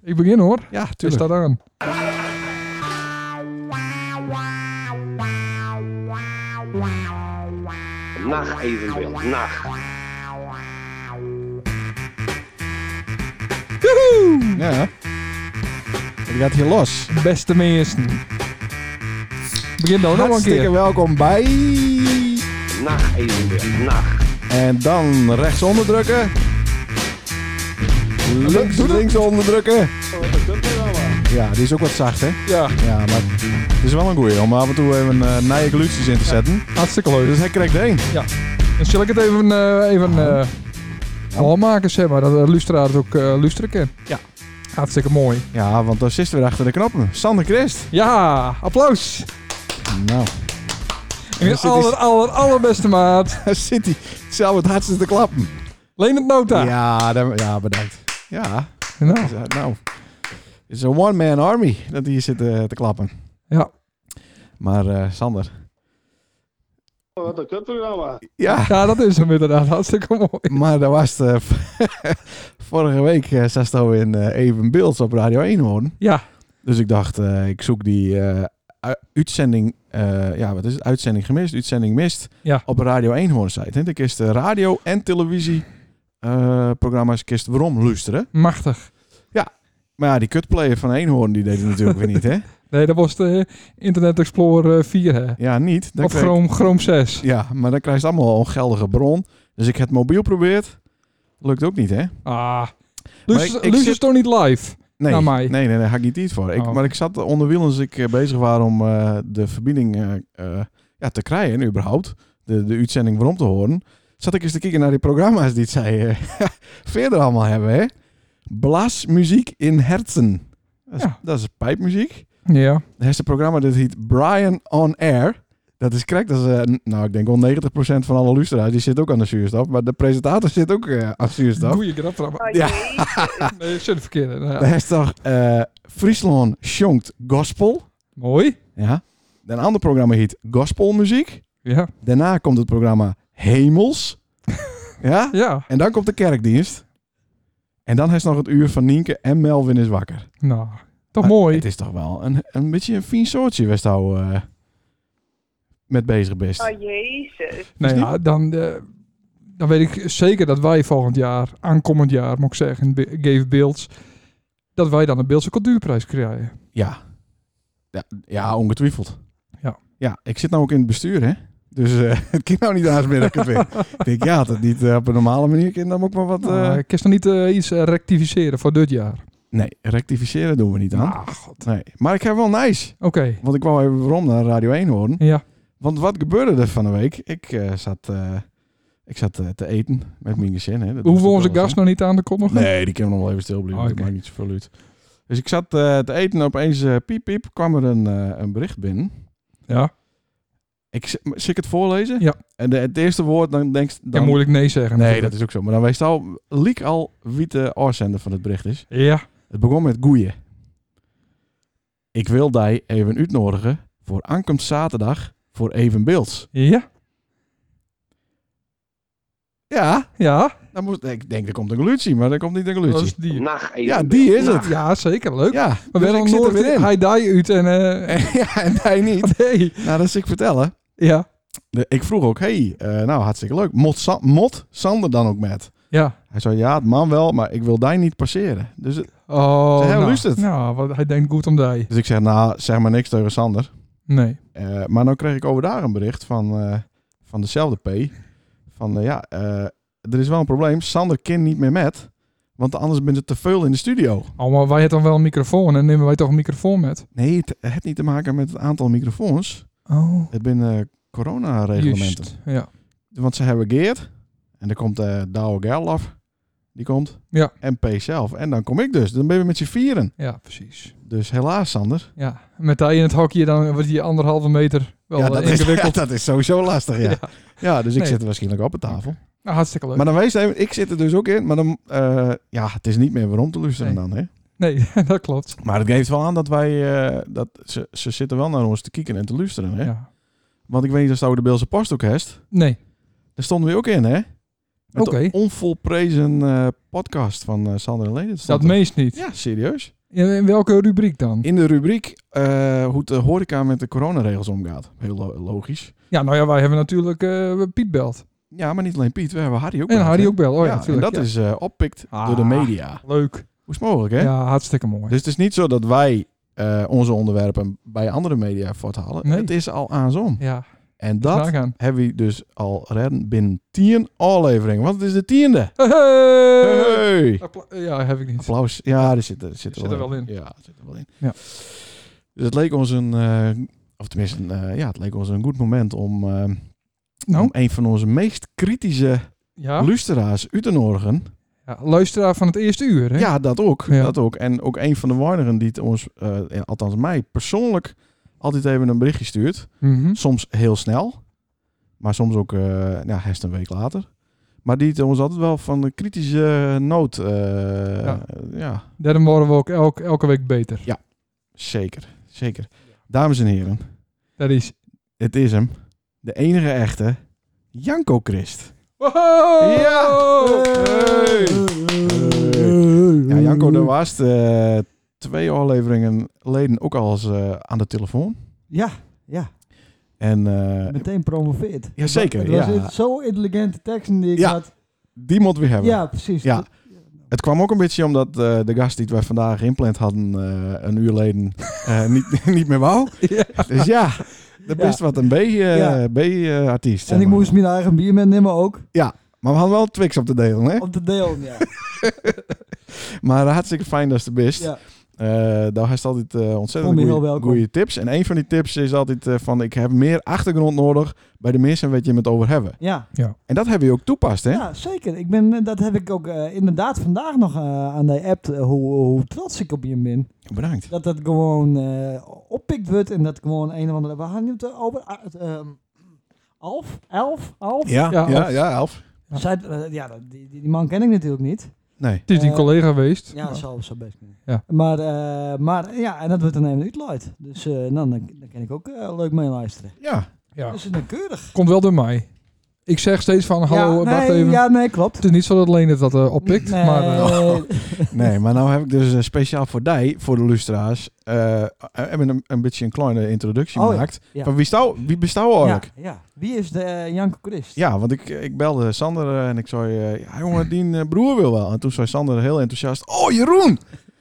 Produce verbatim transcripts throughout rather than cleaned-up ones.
Ik begin hoor. Ja, Het tuurlijk. staat aan. Nacht evenbeeld, nacht. Joehoe! Ja. Het gaat hier los. Beste mensen. Begin dan nog een Hartstikke keer. welkom bij... Nacht evenbeeld, nacht. En dan rechts onderdrukken. Links, doe dat. links onderdrukken. Ja, die is ook wat zacht, hè? Ja, Ja, maar het is wel een goeie om af en toe even uh, nieuwe geluidjes in te zetten. hartstikke leuk. Dus hij krijgt er één. Dan zal ik het even, uh, even uh, volmaken, zeg maar. Dat de luisteraar het ook uh, luisteren kan. Ja. Hartstikke mooi. Ja, want dan zit ze weer achter de knoppen. Sander Christ. Ja, applaus. Nou, En Dan zit aller, hij- aller, allerbeste maat. daar zit hij zelf het hardste te klappen. Leen het nota. Ja, daar- ja, bedankt. Ja, Nou, dus, uh, nou. Het is een one-man army dat hier zit uh, te klappen. ja. Maar uh, Sander. Wat een kutprogramma. Ja, ja, dat is hem inderdaad. Hartstikke mooi. maar dat was het, uh, vorige week uh, zat je in uh, Even Beelds op Radio één horen. Ja, Dus ik dacht, uh, ik zoek die uh, u- uitzending, uh, ja wat is het, uitzending gemist, uitzending mist, Ja. op Radio één horen site. En dan kist de radio en televisie uh, programma's kist waarom luisteren. machtig. Maar ja, die kutplayer van Eenhoorn die deed het natuurlijk weer niet, hè? Nee, dat was de Internet Explorer vier, hè? Ja, niet. Dan Of krijg- Chrome, Chrome zes. Ja, maar dan krijg je allemaal een ongeldige bron. Dus ik heb het mobiel geprobeerd. Lukt ook niet, hè? Ah. Maar Luus ik- ik Luus zit- is toch niet live? Nee, Naar mij. nee, nee, daar ga ik niet iets voor. Ik, Oh. Maar ik zat onder wiel als ik uh, bezig was om uh, de verbinding uh, uh, ja, te krijgen, überhaupt. De, de uitzending waarom te horen. Zat ik eens te kijken naar die programma's die het zij uh, verder allemaal hebben, hè? Blasmuziek in herzen. Dat is, Ja. dat is pijpmuziek. Ja. Er is een programma dat heet Brian on Air. Dat is correct. Dat is, uh, n- nou, ik denk wel negentig procent van alle luisteraars die zit ook aan de zuurstof. Maar de presentator zit ook uh, aan de zuurstof. Goeie grap. trouwens. Ja. Nee, zit de verkeerde. Nou ja. Er is toch uh, Friesland Schonkt Gospel. Mooi. Ja. Een ander programma heet Gospelmuziek. Ja. Daarna komt het programma Hemels. Ja. Ja. En dan komt de kerkdienst. En dan is nog het uur van Nienke en Melvin is wakker. Nou, toch Maar mooi. Het is toch wel een, een beetje een fijn soortje waar je nou uh, met bezig bent. Oh jezus. Nou ja, dan, eh, dan weet ik zeker dat wij volgend jaar, aankomend jaar, moet ik zeggen, Be- Gave Beelds, dat wij dan een Beeldse cultuurprijs krijgen. Ja. Ja, ja, ongetwijfeld. Ja. Ja, ik zit nou ook in het bestuur, hè. Dus uh, het kan nou niet aansmeren. Ik vind. Ik denk, ja, dat niet uh, op een normale manier kan, dan moet ik maar wat... Uh... Nou, ik kan nog niet eh, iets eh, rectificeren voor dit jaar. Nee, rectificeren doen we niet aan. Ah, god. Nee. Maar ik heb wel nice. Oké. Want ik wou even waarom naar Radio één horen. Ja. Want wat gebeurde er van de week? Ik uh, zat, uh, ik zat uh, te eten met mijn gezin. Hè. Dat Hoeven doe ik onze wel eens, gast hè. nog niet aan te kondigen? Nee, die kunnen nog wel even stil blijven. Oh, Dat oké. maakt niet zoveel uit. Dus ik zat uh, te eten en opeens uh, piep piep kwam er een, uh, een bericht binnen. Ja. Ik, z- zal ik het voorlezen? Ja. En de, het eerste woord, dan denk je... Dan Dan, moet ik nee zeggen. nee, natuurlijk. dat is ook zo. Maar dan wees je al, liek al wie de oorzender van het bericht is. Ja. Het begon met goeie. Ik wil die even uitnodigen voor aankomst zaterdag voor Even Beelds. Ja. Ja, Ja. dan moet, ik denk er komt een geluidje, maar er komt niet een Dat geluidje. is die. Nacht Ja, evenbeeld, die is het. nacht. Ja, zeker. Leuk. Ja, Maar dus wel ik een zit er noord weer in. hij die uit en... eh ja, en hij niet. nee. Nou, dat is ik vertellen. Ja. De, ik vroeg ook, hey, uh, nou hartstikke leuk. Mot, Sa- Mot Sander dan ook met? Ja. Hij zei, ja, het man wel, maar ik wil die niet passeren. Dus, het- Oh, Zeg, hij nou, luistert. nou, wat, hij denkt goed om die. dus ik zeg, nou, zeg maar niks tegen Sander. Nee. Uh, maar nou kreeg ik overdag een bericht van, uh, van dezelfde P. Van, uh, ja, uh, er is wel een probleem. Sander kan niet meer met, want anders ben je te veel in de studio. Oh, maar wij hebben dan wel een microfoon en nemen wij toch een microfoon met? Nee, het heeft niet te maken met het aantal microfoons. Oh, Het zijn uh, corona-reglementen. juist. Ja. Want ze hebben Geert. En dan komt uh, Douwe Gerlof. Die komt. Ja. En P zelf. En dan kom ik dus. Dan ben je met z'n vieren. Ja, precies. Dus helaas, Sander. Ja. Met die in het hokje dan wordt die anderhalve meter wel ja, eh, dat is, ja, ingewikkeld. dat is sowieso lastig, ja. Ja. Ja, dus ik Nee. zit er waarschijnlijk op de tafel. Nou, hartstikke leuk. Maar dan wees even, ik zit er dus ook in. Maar dan, uh, ja, het is niet meer waarom te luisteren Nee. dan, hè. Nee, dat klopt. Maar het geeft wel aan dat wij, uh, dat ze, ze zitten wel naar ons te kijken en te luisteren, hè. Ja. Want ik weet niet of je de Beelse Post ook hebt. Nee. Daar stonden we ook in, hè. Met Oké. de onvolprezen eh, podcast van uh, Sander en Leden. Dat stond er. meest niet. Ja, serieus. In, in welke rubriek dan? In de rubriek uh, hoe de horeca met de coronaregels omgaat. Heel lo- logisch. Ja, nou ja, wij hebben natuurlijk uh, Piet belt. Ja, maar niet alleen Piet. We hebben Harry ook En belt, Harry hè? ook bel. Oh ja, en natuurlijk. dat ja. is uh, oppikt Ah. door de media. Leuk. Hoe is het mogelijk, hè? Ja, hartstikke mooi. Dus het is niet zo dat wij uh, onze onderwerpen bij andere media voorthalen. Nee. Het is al aansom. Ja, En dat nagaan. hebben we dus al redden binnen tien afleveringen. Want het is de tiende. Hey! Hey! Appla- ja, heb ik niet. Applaus. Ja, er zit, er zit, Zit er wel in. Ja, er zit er wel in. Ja. Dus het leek ons een, uh, of tenminste, uh, ja, het leek ons een goed moment om, uh, Nou? om een van onze meest kritische Ja. luisteraars uit te nodigen. ja, luisteraar van het eerste uur, hè? Ja, dat ook, Ja. dat ook. En ook een van de weinigen die het ons, uh, althans mij persoonlijk, altijd even een berichtje stuurt. Mhm. Soms heel snel, maar soms ook uh, ja, herst een week later. Maar die het ons altijd wel van de kritische noot. Uh, ja. ja, Daarom worden we ook elk, elke week beter. Ja. zeker, zeker. Dames en heren, Dat is... het is hem. De enige echte Janko Christ. Wow! Ja! Hey! Hey! Ja, Janko, daar was uh, twee afleveringen geleden ook al eens uh, aan de telefoon. Ja, ja. En, uh, meteen promoveerd. Ja, zeker. Het was, ja. het was zo intelligente teksten die ik Ja. had. Die moeten we hebben. Ja, precies. Ja. Het kwam ook een beetje omdat uh, de gast die wij vandaag inplant hadden uh, een uur geleden uh, niet, niet meer wou. Ja. Dus ja, dat Ja. is wat een B, uh, Ja. B-artiest. En ik moest mijn eigen bier meenemen ook. Maar we hadden wel Twix op te delen, hè? Om te delen, ja. Maar hartstikke fijn dat je er bent. ja. Uh, daar heeft altijd uh, Vond ontzettend me heel goede, welkom. goede tips. En een van die tips is altijd uh, van... ik heb meer achtergrond nodig bij de mensen wat je het over hebben. Ja. En dat hebben je ook toepast, hè? Ja, zeker. Ik ben, eh, dat heb ik ook uh, inderdaad vandaag nog uh, aan de app, uh, hoe, hoe trots ik op je ben. Bedankt. Dat dat gewoon uh, oppikt wordt en dat gewoon een of andere... We gaan nu het over... Uh, um, Alf? Elf? Alf? Ja, Ja, ja, Alf. ja, Alf. Ja. Zij, uh, ja, dat- die, die, die man ken ik natuurlijk niet. Nee. Het is die Eh, collega geweest. Ja, Maar- dat zou zo best kunnen. Ja. Maar, uh, maar ja, en dat wordt dan even uitluid. Dus uh, dan, dan, dan kan ik ook uh, leuk meeluisteren. Ja. Ja. Dus het is keurig. Komt wel door mij. Ik zeg steeds van, hallo, ja, wacht nee, even. Ja, nee, klopt. Het is niet zo dat Leen het dat uh, oppikt. Nee, Maar uh, Nee, maar nou heb ik dus uh, speciaal voor die, voor de luisteraars... Uh, hebben een, een beetje een kleine introductie Oh, ja. gemaakt. Ja. Van wie, stouw, wie bestou eigenlijk? ja, ja. Wie is de uh, Janko Christ? Ja, want ik, ik belde Sander uh, en ik zei... Uh, ja, jongen, die uh, broer wil wel. En toen zei Sander heel enthousiast... Oh, Jeroen!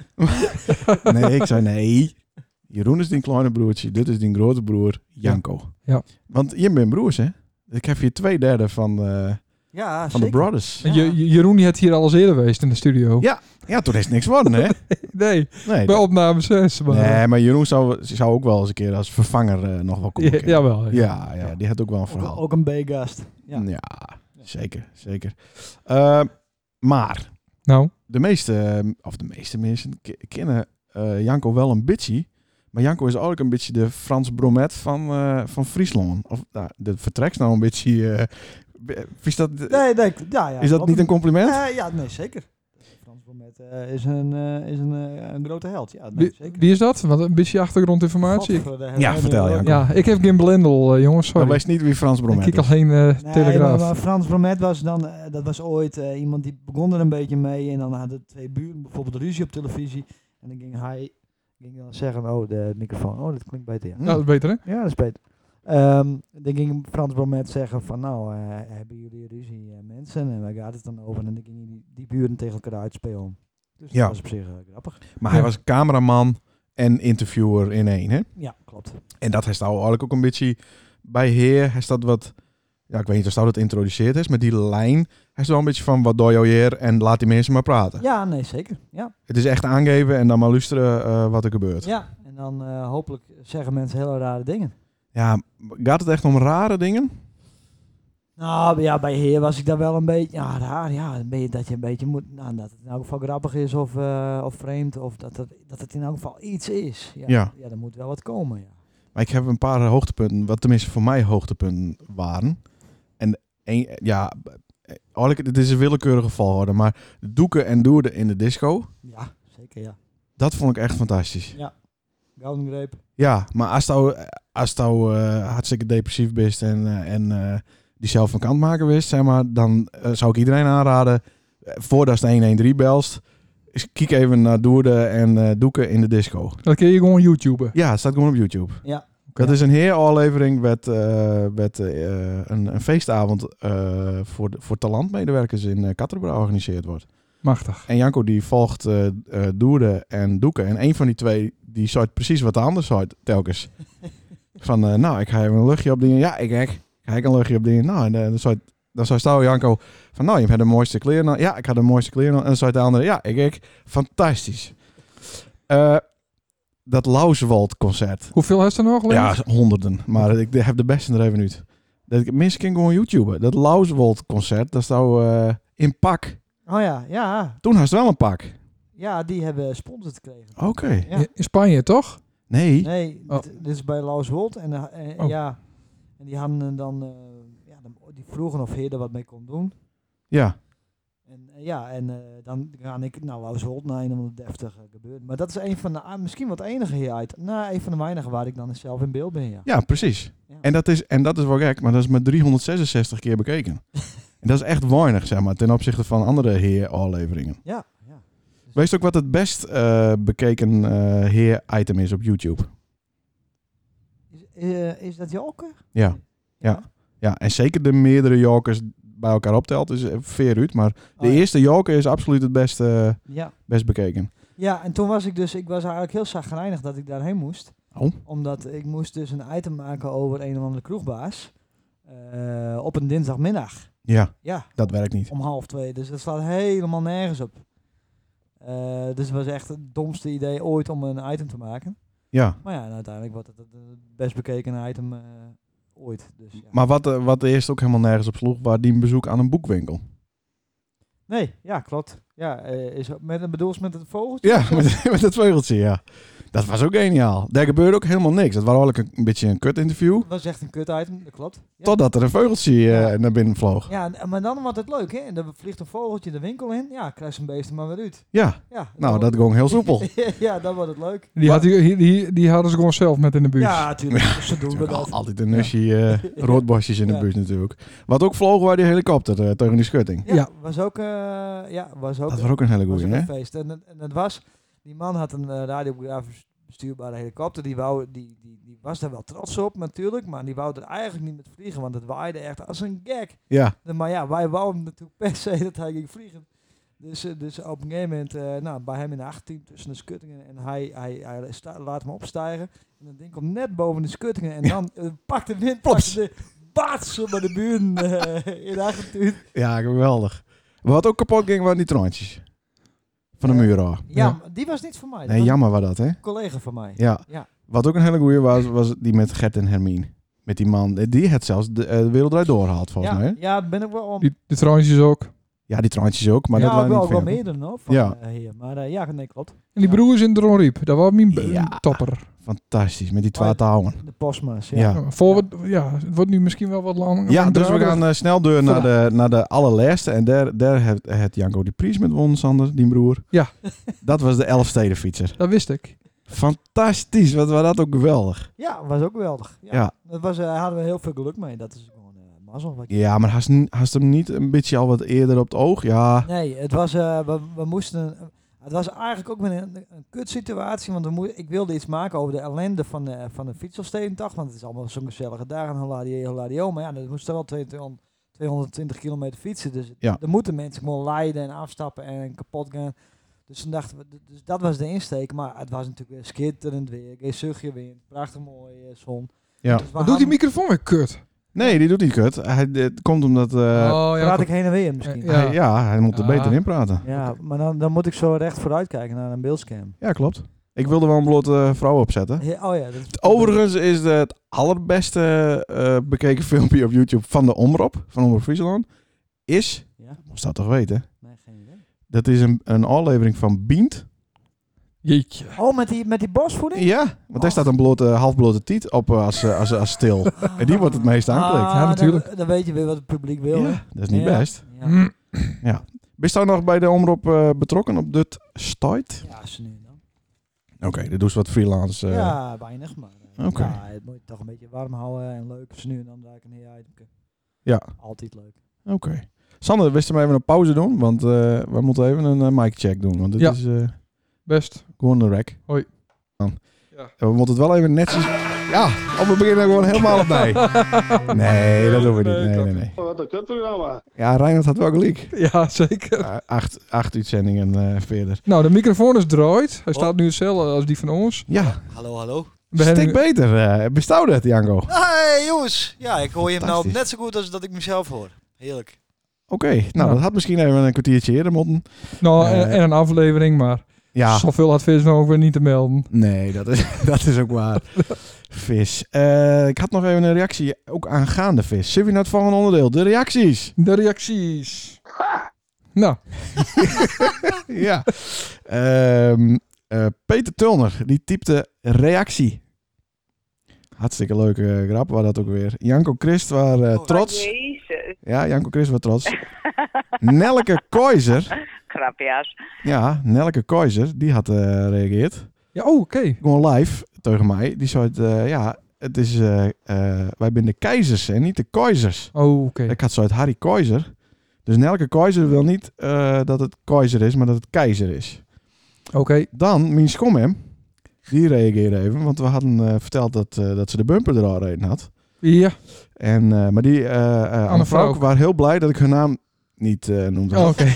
Nee, ik zei nee. Jeroen is die kleine broertje. Dit is die grote broer, Janko. Ja. Want je bent broers, hè? Ik heb hier twee derde van, uh, Ja, van de zeker. brothers. Ja. Je, Je- Jeroen die had hier al eens eerder geweest in de studio. Ja. Ja, toen is het niks geworden, hè? Nee, Nee, bij opname zes. Maar, nee, maar Jeroen zou, zou ook wel eens een keer als vervanger uh, nog wel komen. ja, kijken. jawel. ja, ja, die had ook wel een Ook, verhaal. ook een B-gast. Ja. Ja, zeker, zeker. Uh, maar Nou, de meeste, of de meeste mensen ke- kennen uh, Janko wel een beetje. Maar Janko is eigenlijk een beetje de Frans Bromet van, uh, van Friesland. Of nou, de vertrekt nou een beetje... Uh, be- is dat, Nee, nee, ja, ja, is dat klopt. niet een compliment? Uh, ja, nee, zeker. Frans Bromet uh, is, een, uh, is een, uh, een grote held. Ja, nee, wie, zeker. wie is dat? Wat een beetje achtergrondinformatie. Ik- Godver- Ja, vertel, Janko. ja, ik heb geen blendel, uh, jongens. Dan Sorry. weet niet wie Frans Ik Bromet kijk is. alleen uh, Nee, Telegraaf. maar, maar Frans Bromet was dan, uh, dat was ooit uh, iemand die begon er een beetje mee en dan hadden twee buren bijvoorbeeld ruzie op televisie en dan ging hij ging dan zeggen, oh de microfoon, oh dat klinkt beter, ja. Nou, dat is beter, hè? Ja, dat is beter. Um, dan ging Frans Bromet zeggen van nou, uh, hebben jullie ruzie uh, mensen en waar gaat het dan over? En dan gingen die, die buren tegen elkaar uitspelen. Dus Ja. dat was op zich uh, grappig. Maar hij Ja. was cameraman en interviewer in één, hè? Ja, klopt. En dat heeft nou eigenlijk ook een beetje bij Heer. Hij staat wat, ja, ik weet niet of dat het introduceerd is, maar die lijn. Hij is wel een beetje van wat doe je hier en laat die mensen maar praten. Ja, nee, zeker. Ja, Het is echt aangeven en dan maar luisteren uh, wat er gebeurt. ja. En dan uh, hopelijk zeggen mensen hele rare dingen. Ja, gaat het echt om rare dingen? Nou ja, bij Heer was ik daar wel een beetje, ja, raar, ja, een beetje, dat je een beetje moet, nou, dat het in elk geval grappig is of, uh, of vreemd, of dat het, dat het in elk geval iets is. Ja, Ja. ja, er moet wel wat komen, ja. Maar ik heb een paar hoogtepunten, wat tenminste voor mij hoogtepunten waren. En een, ja, eigenlijk, het is een willekeurige volgorde, maar de doeken en doerden in de disco, Ja, zeker, ja. dat vond ik echt fantastisch. Ja, gouden greep. Ja, maar als nou, als nou uh, hartstikke depressief bent en, uh, en uh, die zelf van kant maken wist, zeg maar, dan uh, zou ik iedereen aanraden, uh, voordat je de honderddertien belst, is kijk even naar Doerde en uh, Doeken in de disco. Dat kun je gewoon YouTuben. Ja, het staat gewoon op YouTube. Ja. Dat Ja. is een heer aflevering met, uh, met uh, een, een feestavond uh, voor, de, voor talentmedewerkers in uh, Kattenbrouw georganiseerd wordt. Machtig. En Janko die volgt uh, uh, Doerde en Doeken. En een van die twee die zei precies wat anders zei telkens. Van, uh, nou, ik ga even een luchtje op dingen. Ja, ik hek. Ga ik een luchtje op dingen. Nou, en uh, dan zei dan zei Stouw Janko van, nou, je hebt de mooiste kleren aan. Ja, ik had de mooiste kleren aan. En dan zei de andere, ja, ik hek. Fantastisch. Uh, dat Lauswald concert. Hoeveel is er nog? Ja, honderden. Maar ik heb de beste er even uit. Dat ik mensen kan gewoon YouTuben. Dat Lauswald concert, dat zou uh, in pak. Oh ja, ja. Toen had ze wel een pak. Ja, die hebben sponsors gekregen. Oké. Okay. Ja. In Spanje, toch? Nee. Nee, Oh. dit, dit is bij Lauswold. En, uh, en Oh. ja, en die hadden dan, uh, ja, dan, die vroegen of hij er wat mee kon doen. Ja. En uh, ja, en uh, dan ga ik naar Lauswold naar een of andere deftige gebeuren. Maar dat is een van de, uh, misschien wat enige hier uit. Nou, een van de weinigen waar ik dan zelf in beeld ben, ja. Ja, precies. Ja. En dat is, en dat is wel gek, maar dat is met driehonderdzesenzestig keer bekeken. En dat is echt weinig, zeg maar, ten opzichte van andere heer-afleveringen. Ja, ja. Dus Weet je ook wat het best uh, bekeken uh, heer-item is op YouTube? is, uh, is dat Joker? Ja. Ja. Ja, en zeker de meerdere jokers bij elkaar optelt, is veer uit. Maar de Oh, ja. eerste joker is absoluut het best, uh, Ja. best bekeken. Ja, en toen was ik dus, ik was eigenlijk heel zagrijnig dat ik daarheen moest. Oh. Omdat ik moest dus een item maken over een of andere kroegbaas. Uh, op een dinsdagmiddag. Ja, Ja, dat werkt niet. om half twee. Dus dat slaat helemaal nergens op. Uh, dus het was echt het domste idee ooit om een item te maken. Ja. Maar ja, en uiteindelijk wordt het het best bekeken item uh, ooit. Dus, ja. Maar wat, uh, wat eerst ook helemaal nergens op sloeg, was die een bezoek aan een boekwinkel. Nee, ja, klopt. Ja, uh, is met een bedoels met het vogeltje? Ja, met, met het veugeltje, ja. Dat was ook geniaal. Daar gebeurde ook helemaal niks. Dat was eigenlijk een, een beetje een kut interview. Dat was echt een kut item, dat klopt. Ja. Totdat er een veugeltje uh, Ja. naar binnen vloog. Ja, en- maar dan wordt het leuk, hè? En dan vliegt een vogeltje de winkel in. Ja, krijg je een beest er maar weer uit. Ja, Ja, nou, dan dat ging heel soepel. wordt- ja, dan wordt het leuk. Die, had, die, die, die hadden ze gewoon zelf met in de buurt. Ja, natuurlijk. Ze doen we Al- dat. Altijd een nusje uh, roodbosjes in de Ja. buurt natuurlijk. Wat ook vloog, was die helikopter uh, tegen die schutting. Ja, Ja. was ook, uh, ja, was ook, Dat was ook een hele was goeie, ook hè? een feest. En, het- en het was, die man had een uh, radiografisch bestuurbare helikopter. Die, wou, die, die, die was daar wel trots op natuurlijk, maar die wou er eigenlijk niet met vliegen, want het waaide echt als een gek. Ja, Maar ja, wij wouden natuurlijk per se dat hij ging vliegen. Dus, uh, dus op een gegeven moment, uh, nou, bij hem in de achttien tussen de skuttingen en hij, hij, hij sta, laat hem opstijgen. En dat ding komt net boven de skuttingen en dan uh, pakt de wind, Plops. pakt de baats bij de buren uh, in de achtertuin. ja, geweldig. Wat ook kapot ging, waren die troontjes. Van de Ja. muur af. Ja, Ja. maar die was niet van mij. Dat Nee, was jammer was dat, hè? een collega van mij. Ja. Ja. Wat ook een hele goeie was, was die met Gert en Hermine. Met die man. Die had zelfs de uh, Wereld Draait Door gehaald, volgens ja, mij. Hè? ja, daar ben ik wel om. Die, de trouwtjes ook. Ja, die troontjes ook, maar ja, dat waren wel, niet wel veel. meerdere nog. Van, Ja. ja. hier. Maar uh, ja, nee, klopt. En die Ja. broers in Dronriep. Dat was mijn be- Ja. topper. Fantastisch, met die twee Oh, touwen. De postma's, ja. Ja. Ja. Voor wat, ja, het wordt nu misschien wel wat lang. Ja, dus we langdradig. gaan uh, snel door naar de, naar de allerlaatste. En daar, daar heeft, heeft Janko die prijs met won, Sander, die broer. Ja. Dat was de Elfstedenfietser. Dat wist ik. Fantastisch, wat was dat ook geweldig. Ja, was ook geweldig. Ja. Ja. Dat was, uh, hadden we heel veel geluk mee. Dat is gewoon uh, mazzel. Wat je- Ja, maar hast, hast hem niet een beetje al wat eerder op het oog? Ja. Nee, het was, uh, we, we moesten... uh, het was eigenlijk ook weer een, een kut situatie, want we moe- ik wilde iets maken over de ellende van de, van de fietselstedentocht, want het is allemaal zo'n gezellige dagen, holadio, holadio, maar ja, dan moesten wel tweehonderd, tweehonderdtwintig kilometer fietsen, dus Ja. er moeten mensen gewoon lijden en afstappen en kapot gaan. Dus toen dachten we, dus dat was de insteek, maar het was natuurlijk weer schitterend weer, geen zuchtje wind, prachtig mooi uh, zon. Ja. Dus we Wat doet die hadden- microfoon weer kut? Nee, die doet niet kut. Hij, het komt omdat... uh, oh ja. Praat ik heen en weer misschien. Ja. Ja, hij, ja, hij moet er Ja. beter in praten. maar dan, dan moet ik zo recht vooruit kijken naar een beeldscherm. Ja, klopt. Ik wilde wel een blote vrouw opzetten. Ja, oh ja, dat is Overigens is het, het allerbeste uh, bekeken filmpje op YouTube van de Omroep, van Omroep Friesland, is, Ja? moest dat toch weten, Nee, geen idee. dat is een, een aflevering van Beent. Jeetje. Oh, met die, met die bosvoeding? Ja, want daar staat een blote, halfblote tiet op uh, als, uh, als, als stil. En die wordt het meest aangeklikt. Ja, natuurlijk. Dan, dan weet je weer wat het publiek wil. hè? Ja, dat is niet Ja. best. Ja, Hm. Ben je nou nog bij de Omroep uh, betrokken op dit stuit? ja ze nu en dan. Oké, okay, dat doe je wat freelance. Uh, Ja, weinig, maar uh, Oké. ja, het moet je toch een beetje warm houden en leuk. Ze nu en dan draai ik een heel item. Ja. Altijd leuk. Oké. Okay. Sander, wist je maar even een pauze doen? Want uh, we moeten even een uh, mic check doen. Want dit ja. is uh, best. gewoon de rek. Hoi. Ja. We moeten het wel even netjes... Ja, of we beginnen gewoon helemaal opnieuw. Nee, dat doen we niet. Nee, nee, nee. Wat een kutprogramma. Ja, Reinhard had wel gelijk. Ja, zeker. Uh, acht, acht uitzendingen uh, verder. Nou, de microfoon is draait. Hij Oh. staat nu hetzelfde als die van ons. Ja. Hallo, hallo. We Stik hebben- beter. Uh, Bestouwt het, Jango? Oké. Hey jongens. Ja, ik hoor je hem nou Fantastisch. net zo goed als dat ik mezelf hoor. Heerlijk. Okay. Nou, Ja. dat had misschien even een kwartiertje eerder moeten. Nou, Eh. en, en een aflevering, maar Ja. zoveel had vis nog ook weer niet te melden. Nee, dat is, dat is ook waar. Vis. Uh, ik had nog even een reactie, ook aangaande vis. Zullen we naar het volgende onderdeel? De reacties. De reacties. Nou, Ja. Ehm, uh, Peter Tulner, die typte reactie. Hartstikke leuke uh, grap, waar dat ook weer. Janko Christ was uh, Oh, trots. Jezus, Ja, Janko Christ was trots. Nelke Keizer. grapjas. Ja, Nelke Keizer, die had uh, gereageerd. ja, oh, oké. Gewoon live tegen mij. Die zei, uh, ja, het is, uh, uh, wij zijn de keizers en niet de keizers. Oh, oké. Ik had zo uit Harry Keizer. Dus Nelke Keizer wil niet uh, dat het keizer is, maar dat het keizer is. Oké. Dan, mijn schommem, die reageerde even, want we hadden uh, verteld dat, uh, dat ze de bumper er al reden had. Ja. En, uh, maar die, uh, uh, Anne Vrouw, Vrouw. waren heel blij dat ik hun naam niet uh, noemde. Oh, oké.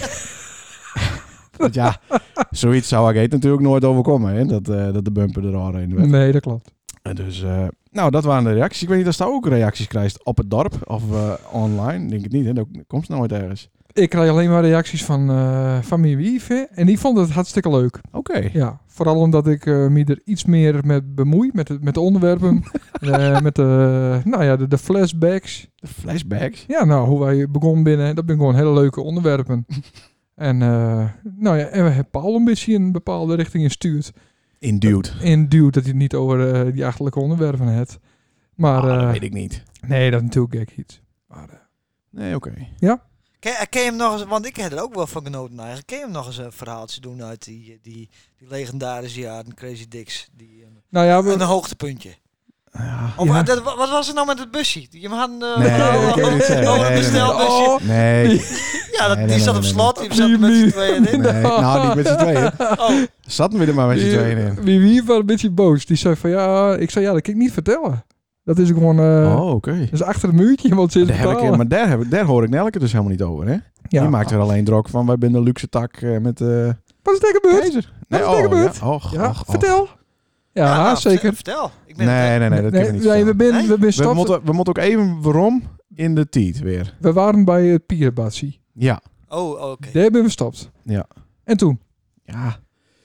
Want ja, zoiets zou ik het natuurlijk nooit overkomen, hè, dat, uh, dat de bumper er al reden werd. Nee, dat klopt. En dus, uh, nou, dat waren de reacties. Ik weet niet of je daar ook reacties krijgt op het dorp of uh, online. Denk ik niet, hè? Dat komt nooit ergens. Ik krijg alleen maar reacties van, uh, van mijn wieven. En die vonden het hartstikke leuk. Oké. Okay. Ja, vooral omdat ik uh, me er iets meer met bemoei. Met de, met de onderwerpen. uh, met de, nou ja, de, de flashbacks. De flashbacks? Ja, nou, hoe wij begonnen binnen. Dat zijn gewoon hele leuke onderwerpen. en, uh, nou ja, en we hebben Paul een beetje in een bepaalde richting gestuurd. Induwd. Induwd dat hij het niet over uh, die achterlijke onderwerpen had. Maar, oh, uh, dat weet ik niet. Nee, dat is natuurlijk gek iets. Maar, uh, nee, oké. Okay. Ja? Ken, ken je hem nog eens, want ik heb er ook wel van genoten eigenlijk. Ken je hem nog eens een verhaaltje doen uit die, die, die legendarische jaren, Crazy Dicks? Die, um, nou ja, we, een hoogtepuntje. Ja. Of, Ja. dat, wat was er nou met het busje? Die hem hadden... Uh, Nee, oh, dat kan je niet zeggen. oh, Nee, een nee, bestelbusje. Oh, Nee. Ja, dat, Nee, nee, die nee, zat nee, op nee, slot. Die nee. zat er met z'n Nee. tweeën in. Nee, nou, niet met z'n tweeën. Oh, Zaten we er maar met z'n tweeën in. Wie, wie was een beetje boos. Die zei van ja, ik zei ja, dat kan ik niet vertellen. Dat is gewoon, uh, Oh, oké. Okay. dat is achter het muurtje, want ze is Daar heb ik, betalen. maar daar, heb ik, daar hoor ik Nelke dus helemaal niet over, hè? Ja. Die maakt er alleen drok van, wij zijn de luxe tak uh, met uh, Wat is er gebeurd? keizer. Wat is er oh, gebeurd? Ja, och, Ja, och, och. vertel. Ja, ja, nou, zeker. Vertel. Ik ben Nee, nee, nee, dat nee, kan je niet nee, we vertellen. zijn Nee? we zijn We stap. moeten, we moeten ook even waarom in de tijd weer. We waren bij het Pierbatsie. Ja. Daar Oh, oké. hebben we gestopt. Ja. En toen? Ja,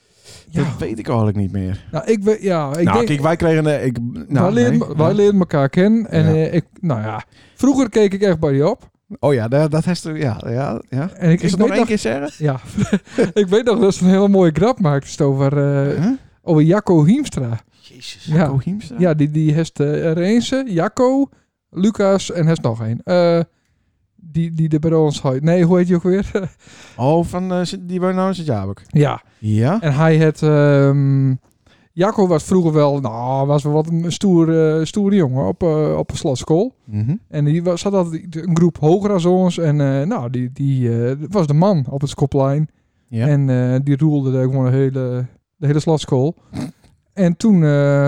Ja. dat weet ik eigenlijk niet meer. Nou, ik weet, ja, ik nou, denk, kijk, wij kregen... De, ik, nou, wij, leerden, nee. wij Ja. leerden elkaar kennen. En Ja. eh, ik, nou ja, vroeger keek ik echt bij je op. Oh ja, dat, dat heeft... Ja, ja, ja. En ik, Is ik het nog weet één nog, keer zeggen? ja, ik weet nog dat ze een hele mooie grap maakte over, uh, Huh? over Jacco Hiemstra. Jezus. Ja. Jacco Hiemstra? Ja, die, die heeft uh, er eentje, Jacco, Lucas en heeft nog één. Uh, die, die de bij ons had. Nee, hoe heet die ook weer? Oh, van uh, Sint- die woont nou in Sint-Jabek. Ja, Ja? en hij had... Um, Jacco was vroeger wel, nou, was wel wat een stoer, uh, stoere jongen op, uh, op een slotschool. Mhm. En die was, zat altijd een groep hoger als ons. En uh, nou, die, die uh, was de man op het schoolplein. Ja. En uh, die roelde daar gewoon de hele, de hele slotschool. En toen, uh,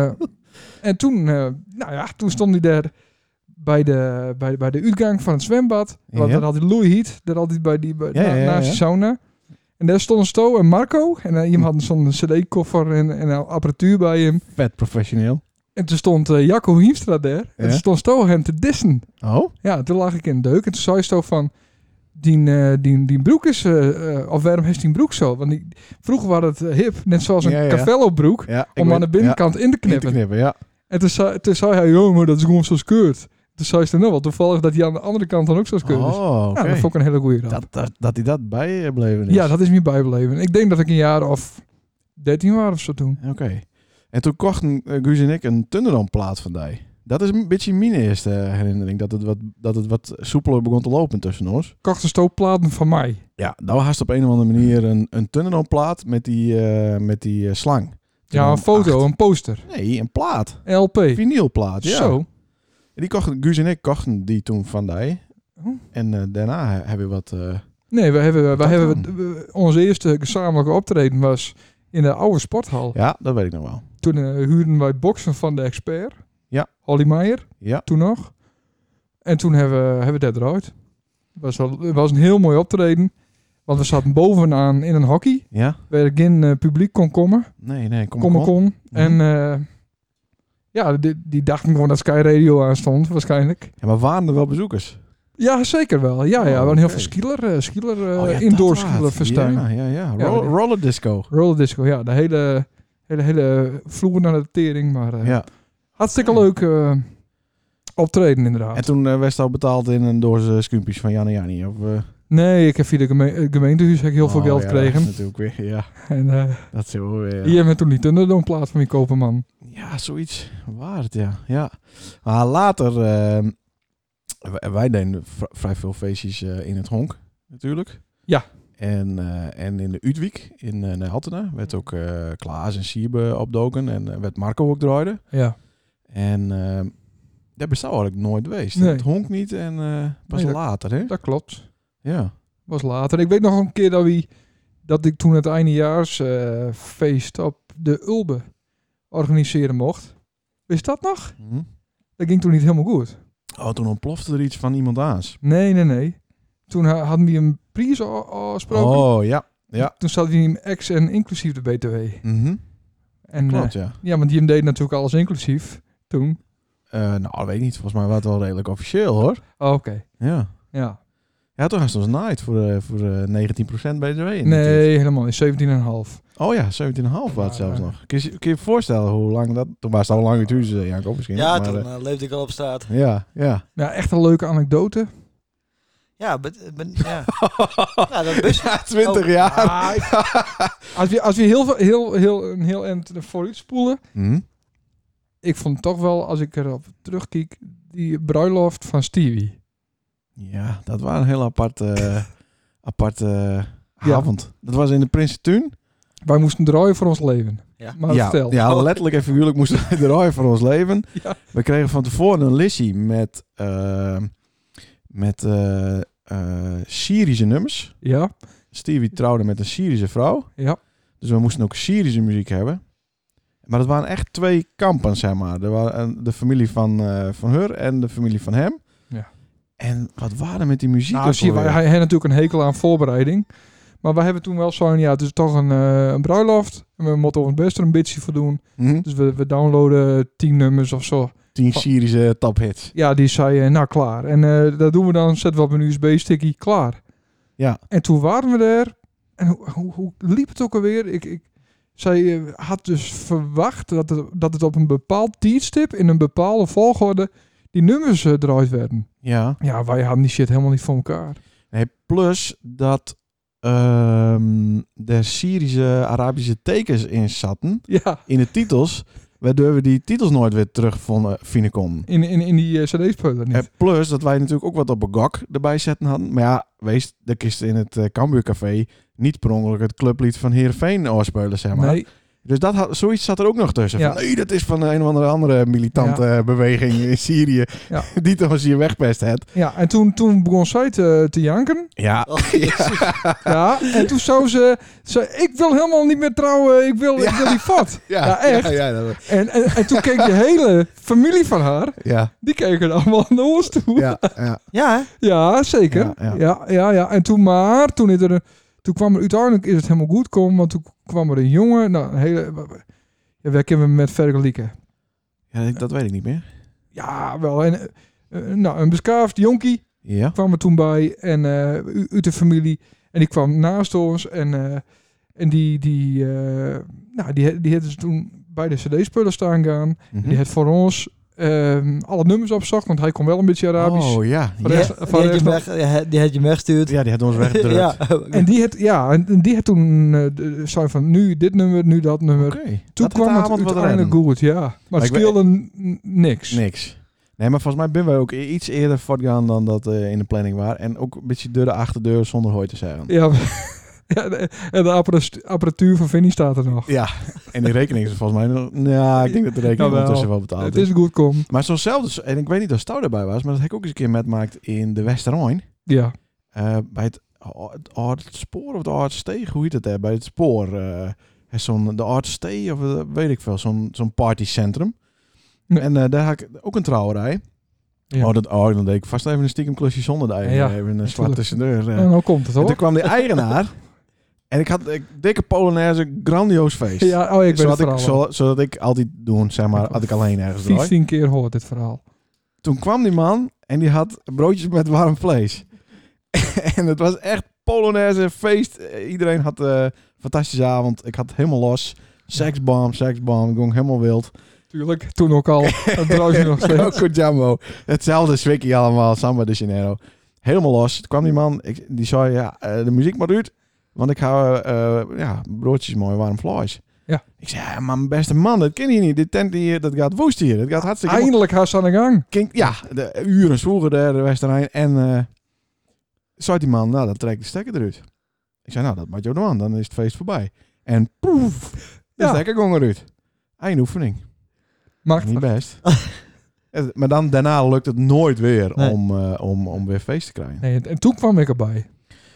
en toen, uh, nou ja, toen stond hij daar bij de, bij, bij de uitgang van het zwembad. Want Ja. daar had hij Louis Heat, daar had hij bij die, bij, Ja, ja, ja, naast de ja. sauna. En daar stonden Sto en Marco. En uh, iemand had zo'n cd-koffer en, en apparatuur bij hem. Vet professioneel. En toen stond uh, Jacco Hiemstra daar. En Ja. toen stond Sto hem te dissen. Oh? Ja, toen lag ik in de deuk. En toen zei Sto van... Die, uh, die, die broek is... Uh, uh, of waarom heeft die broek zo? Want die, vroeger was het uh, hip. Net zoals een Ja, ja. Cavello broek. Ja, ik Om weet- aan de binnenkant in te ja, in knippen. te knippen, ja. En toen zei, toen zei hij... Joh, maar dat is gewoon zo skeurt. Toen zei ze nou wel toevallig dat hij aan de andere kant dan ook zo skeurt is. Oh, oké. Ja, dat vond ik een hele goede grap. Dat, dat, dat hij dat bijbleven is. Ja, dat is me bijbeleven. Ik denk dat ik een jaar of dertien was of zo toen. Oké. Okay. En toen kochten uh, Guus en ik een Thunderdome-plaat van die. Dat is een beetje mijn eerste herinnering. Dat het wat, dat het wat soepeler begon te lopen tussen ons. Kochten stoopplaten van mij. Ja, nou had op een of andere manier een, een Thunderdome-plaat met die, uh, met die uh, slang. Ja, een foto, acht. een poster. Nee, een plaat. L P. Vinylplaat, ja. Zo. En die kochten, Guus en ik kochten die toen van die. Oh. En uh, daarna he- heb je wat... Uh, Nee, we hebben, we dat hebben dan? we- onze eerste gezamenlijke optreden was in de oude sporthal. ja, dat weet ik nog wel. Toen uh, huurden wij boksen van de expert. Ja. Holly Meijer, Ja. toen nog. En toen hebben we, hebben we dat eruit. Het was, wel, het was een heel mooi optreden. Want we zaten bovenaan in een hockey. Ja? Waar geen uh, publiek kon komen. Nee, nee, kom Komen maar. kon. Mhm. En uh, ja, die, die dachten gewoon dat Sky Radio aan stond, waarschijnlijk. Ja, maar waren er wel bezoekers? Ja, zeker wel. Ja, ja. We Oh, hadden heel oké. veel skieler, uh, skieler uh, Oh, ja, indoor dat skieler waard. verstaan. Ja, ja, ja. Ja, Roll, die- roller disco. Roller disco, ja. De hele, hele, hele vloer naar de tering. Maar uh, Ja. hartstikke leuk uh, optreden inderdaad. En toen uh, werd het al betaald in een doos scumpjes van Jan en Jannie. Of, uh, Nee, ik heb via de geme- eh, gemeentehuis heb ik heel veel oh, geld ja, gekregen. dat is natuurlijk weer, ja, En uh, dat is wel weer. die hebben we toen niet onder de plaats van die kopen, man. Ja, zoiets waard, ja. ja. Maar later, uh, wij, wij deden v- vrij veel feestjes uh, in het honk, natuurlijk. Ja. En, uh, en in de Uitwijk, in uh, Nijhaltena, werd ook uh, Klaas en Sierbe opdoken en uh, werd Marco ook draaide. Ja. En uh, dat bestaat eigenlijk nooit geweest. Nee. Het honk niet en uh, pas Nee, dat- later, hè? Dat klopt. Ja. Was later. Ik weet nog een keer dat, we, dat ik toen het eindejaarsfeest uh, feest op de Ulbe organiseren mocht. Wist dat nog? Mhm. Dat ging toen niet helemaal goed. Oh, toen ontplofte er iets van iemand aan. Nee, nee, nee. Toen ha- hadden we een prijs al- afgesproken. Oh, ja. Ja. Toen zat hij in ex en inclusief de B T W. Mhm. En, Klopt, uh, ja. ja, want die deed natuurlijk alles inclusief toen. Uh, nou, dat weet ik niet. Volgens mij was het wel redelijk officieel, hoor. Oh, oké. Okay. Ja. Ja. Ja, toen was het ons night voor, uh, voor uh, negentien procent B T W. in die tijd. Nee, helemaal niet. zeventien komma vijf. Oh ja, zeventien komma vijf was het Maar, zelfs uh, nog. Kun je, kun je je voorstellen hoe lang dat... Toen was het al lang in het huis, uh, Janko, misschien. Ja, maar, toen uh, uh, leefde ik al op straat. ja, ja. Ja, echt een leuke anekdote. Ja, ben, ben, ja. ja, dat bus. Ja, twintig Oh. jaar. Ah, ik- als we, als we heel, veel- heel, heel, een heel eind vooruit spoelen. Hm? Ik vond toch wel, als ik erop terugkijk, die bruiloft van Stevie. Ja, dat was een heel aparte, uh, aparte uh, Ja. avond. Dat was in de Prinsentuin. Wij moesten draaien voor ons leven. Ja. Maar ja, vertel. ja, letterlijk en figuurlijk moesten we draaien voor ons leven. Ja. We kregen van tevoren een lissie met, uh, met uh, uh, Syrische nummers. Ja, Stevie trouwde met een Syrische vrouw. ja. Dus we moesten ook Syrische muziek hebben. Maar het waren echt twee kampen, zeg maar. Er waren de familie van, uh, van haar en de familie van hem. Ja. En wat waren met die muziek? Nou, ook zie je, wij alweer? hij had natuurlijk een hekel aan voorbereiding. Maar wij hebben toen wel zo'n, ja, het is toch een, uh, een bruiloft. En we moeten ons best er een beetje voor doen. Hm? Dus we, we downloaden tien nummers of zo. Tien Syrische tophits. Ja, die zei, uh, nou klaar. En uh, dat doen we dan, zetten we op een U S B-sticky, klaar. Ja. En toen waren we er. En hoe, hoe, hoe liep het ook alweer? Ik, ik, zij uh, had dus verwacht dat het, dat het op een bepaald tijdstip, in een bepaalde volgorde, die nummers uh, eruit werden. Ja. Ja, wij hadden die shit helemaal niet voor elkaar. Nee, plus dat um, er Syrische, Arabische tekens in zaten. Ja, In de titels. Waardoor we die titels nooit weer terugvonden vinden konden. in, in, in die uh, cd-speler niet. En plus dat wij natuurlijk ook wat op een gok erbij zetten hadden. Maar ja, wees, de kist in het uh, Cambuurcafé niet per ongeluk het clublied van Heerenveen oorspelen, zeg maar. Nee, Dus dat had, zoiets zat er ook nog tussen. Ja. Van, nee, dat is van een of andere, andere militante Ja. uh, beweging in Syrië. Ja. Die toch eens hier wegpest had. ja, en toen, toen begon zij te, te janken. Ja. Oh, jezus. Ja, en toen zou ze, ze... Ik wil helemaal niet meer trouwen, ik wil, ik wil die vat. Ja, echt. Ja, ja, dat- En, en, en toen keek de hele familie van haar, ja, die keken allemaal naar ons toe. ja, ja. Ja, hè? Ja, zeker. Ja, Ja, ja. ja, ja. En toen maar, toen, is er, een- toen kwam er uiteindelijk, is het helemaal goed komen, want toen kwam er een jongen, nou, een hele... Ja, wij kennen hem met vergelijken. Ja, dat weet ik niet meer. Ja, wel. En, uh, nou, een beskaafd jonkie Ja. kwam er toen bij en uh, u- uit de familie. En die kwam naast ons en, uh, en die, die, uh, nou, die, die had dus toen bij de cd-spullen staan gaan. Mhm. Die had voor ons um, alle nummers opzocht, want hij kon wel een beetje Arabisch. Oh ja. Van Ja. rechts- Die van had je rechts hem weg- die had je hem weggestuurd. Ja, die had ons weggedrukt. Ja. En die had, ja, en die had toen uh, de- zei van nu dit nummer, nu dat nummer. Oké. Toen Dat kwam de het avond wat uiteindelijk redden. goed, ja. Maar het ik weet- scheelde n- niks. Niks. Nee, maar volgens mij ben wij ook iets eerder voortgegaan dan dat uh, in de planning was. En ook een beetje deur de achterdeur zonder hooi te zeggen. Ja, Ja, de- en de appara- apparatuur van Vinnie staat er nog. Ja, en die rekening is er volgens mij nog... Nou, ik denk dat de rekening Jawel. ondertussen wel betaald Het is. is goed kom. Maar zo'nzelfde, en ik weet niet of Stouw erbij was, maar dat heb ik ook eens een keer metmaakt in de Westerijn. Ja. Uh, bij het, het Aardtspoor of de Aardsteeg, hoe heet het daar? Bij het spoor. Uh, is zo'n, de Aardsteeg of uh, weet ik veel, zo'n, zo'n partycentrum. Nee. En uh, daar had ik ook een trouwerij. Ja. Oh, dat, oh, dan deed ik vast even een stiekem klusje zonder de eigen. Ja, Even een zwart natuurlijk. tussendoor. Uh. En nou komt het En toen hoor. kwam die eigenaar. En ik had een dikke Polonaise, grandioos feest. Ja, oh, ik weet zodat, het ik, verhaal. zo, zodat ik altijd doen, zeg maar, had ik alleen ergens draai. vijftien keer hoort dit verhaal. Toen kwam die man en die had broodjes met warm vlees. En het was echt Polonaise feest. Iedereen had een uh, fantastische avond. Ik had het helemaal los. Seksbom, seksbom. Ik ging helemaal wild. Tuurlijk, toen ook al. Dat broodje nog steeds. Coco Jumbo. Hetzelfde zwikkie allemaal. Samba de Janeiro. Helemaal los. Toen kwam die man. Ik, die zei, ja, uh, de muziek maar uit. Want ik hou uh, ja, broodjes mooi warm vlees. Ja. Ik zei, ja, maar mijn beste man, dat ken je niet. Dit tent hier, dat gaat woest hier. Dat gaat hartstikke... Eindelijk gaat ze aan de gang. Kink, ja, de uren zwoegen daar de Westerijn. En uh, zei die man, nou, dat trekt de stekker eruit. Ik zei, nou, dat maakt jou dan. Dan is het feest voorbij. En poef, de Ja. stekker ging eruit. Eindoefening. Mag Niet best. Maar dan, daarna lukt het nooit weer Nee. om, uh, om, om weer feest te krijgen. Nee, en, en toen kwam ik erbij.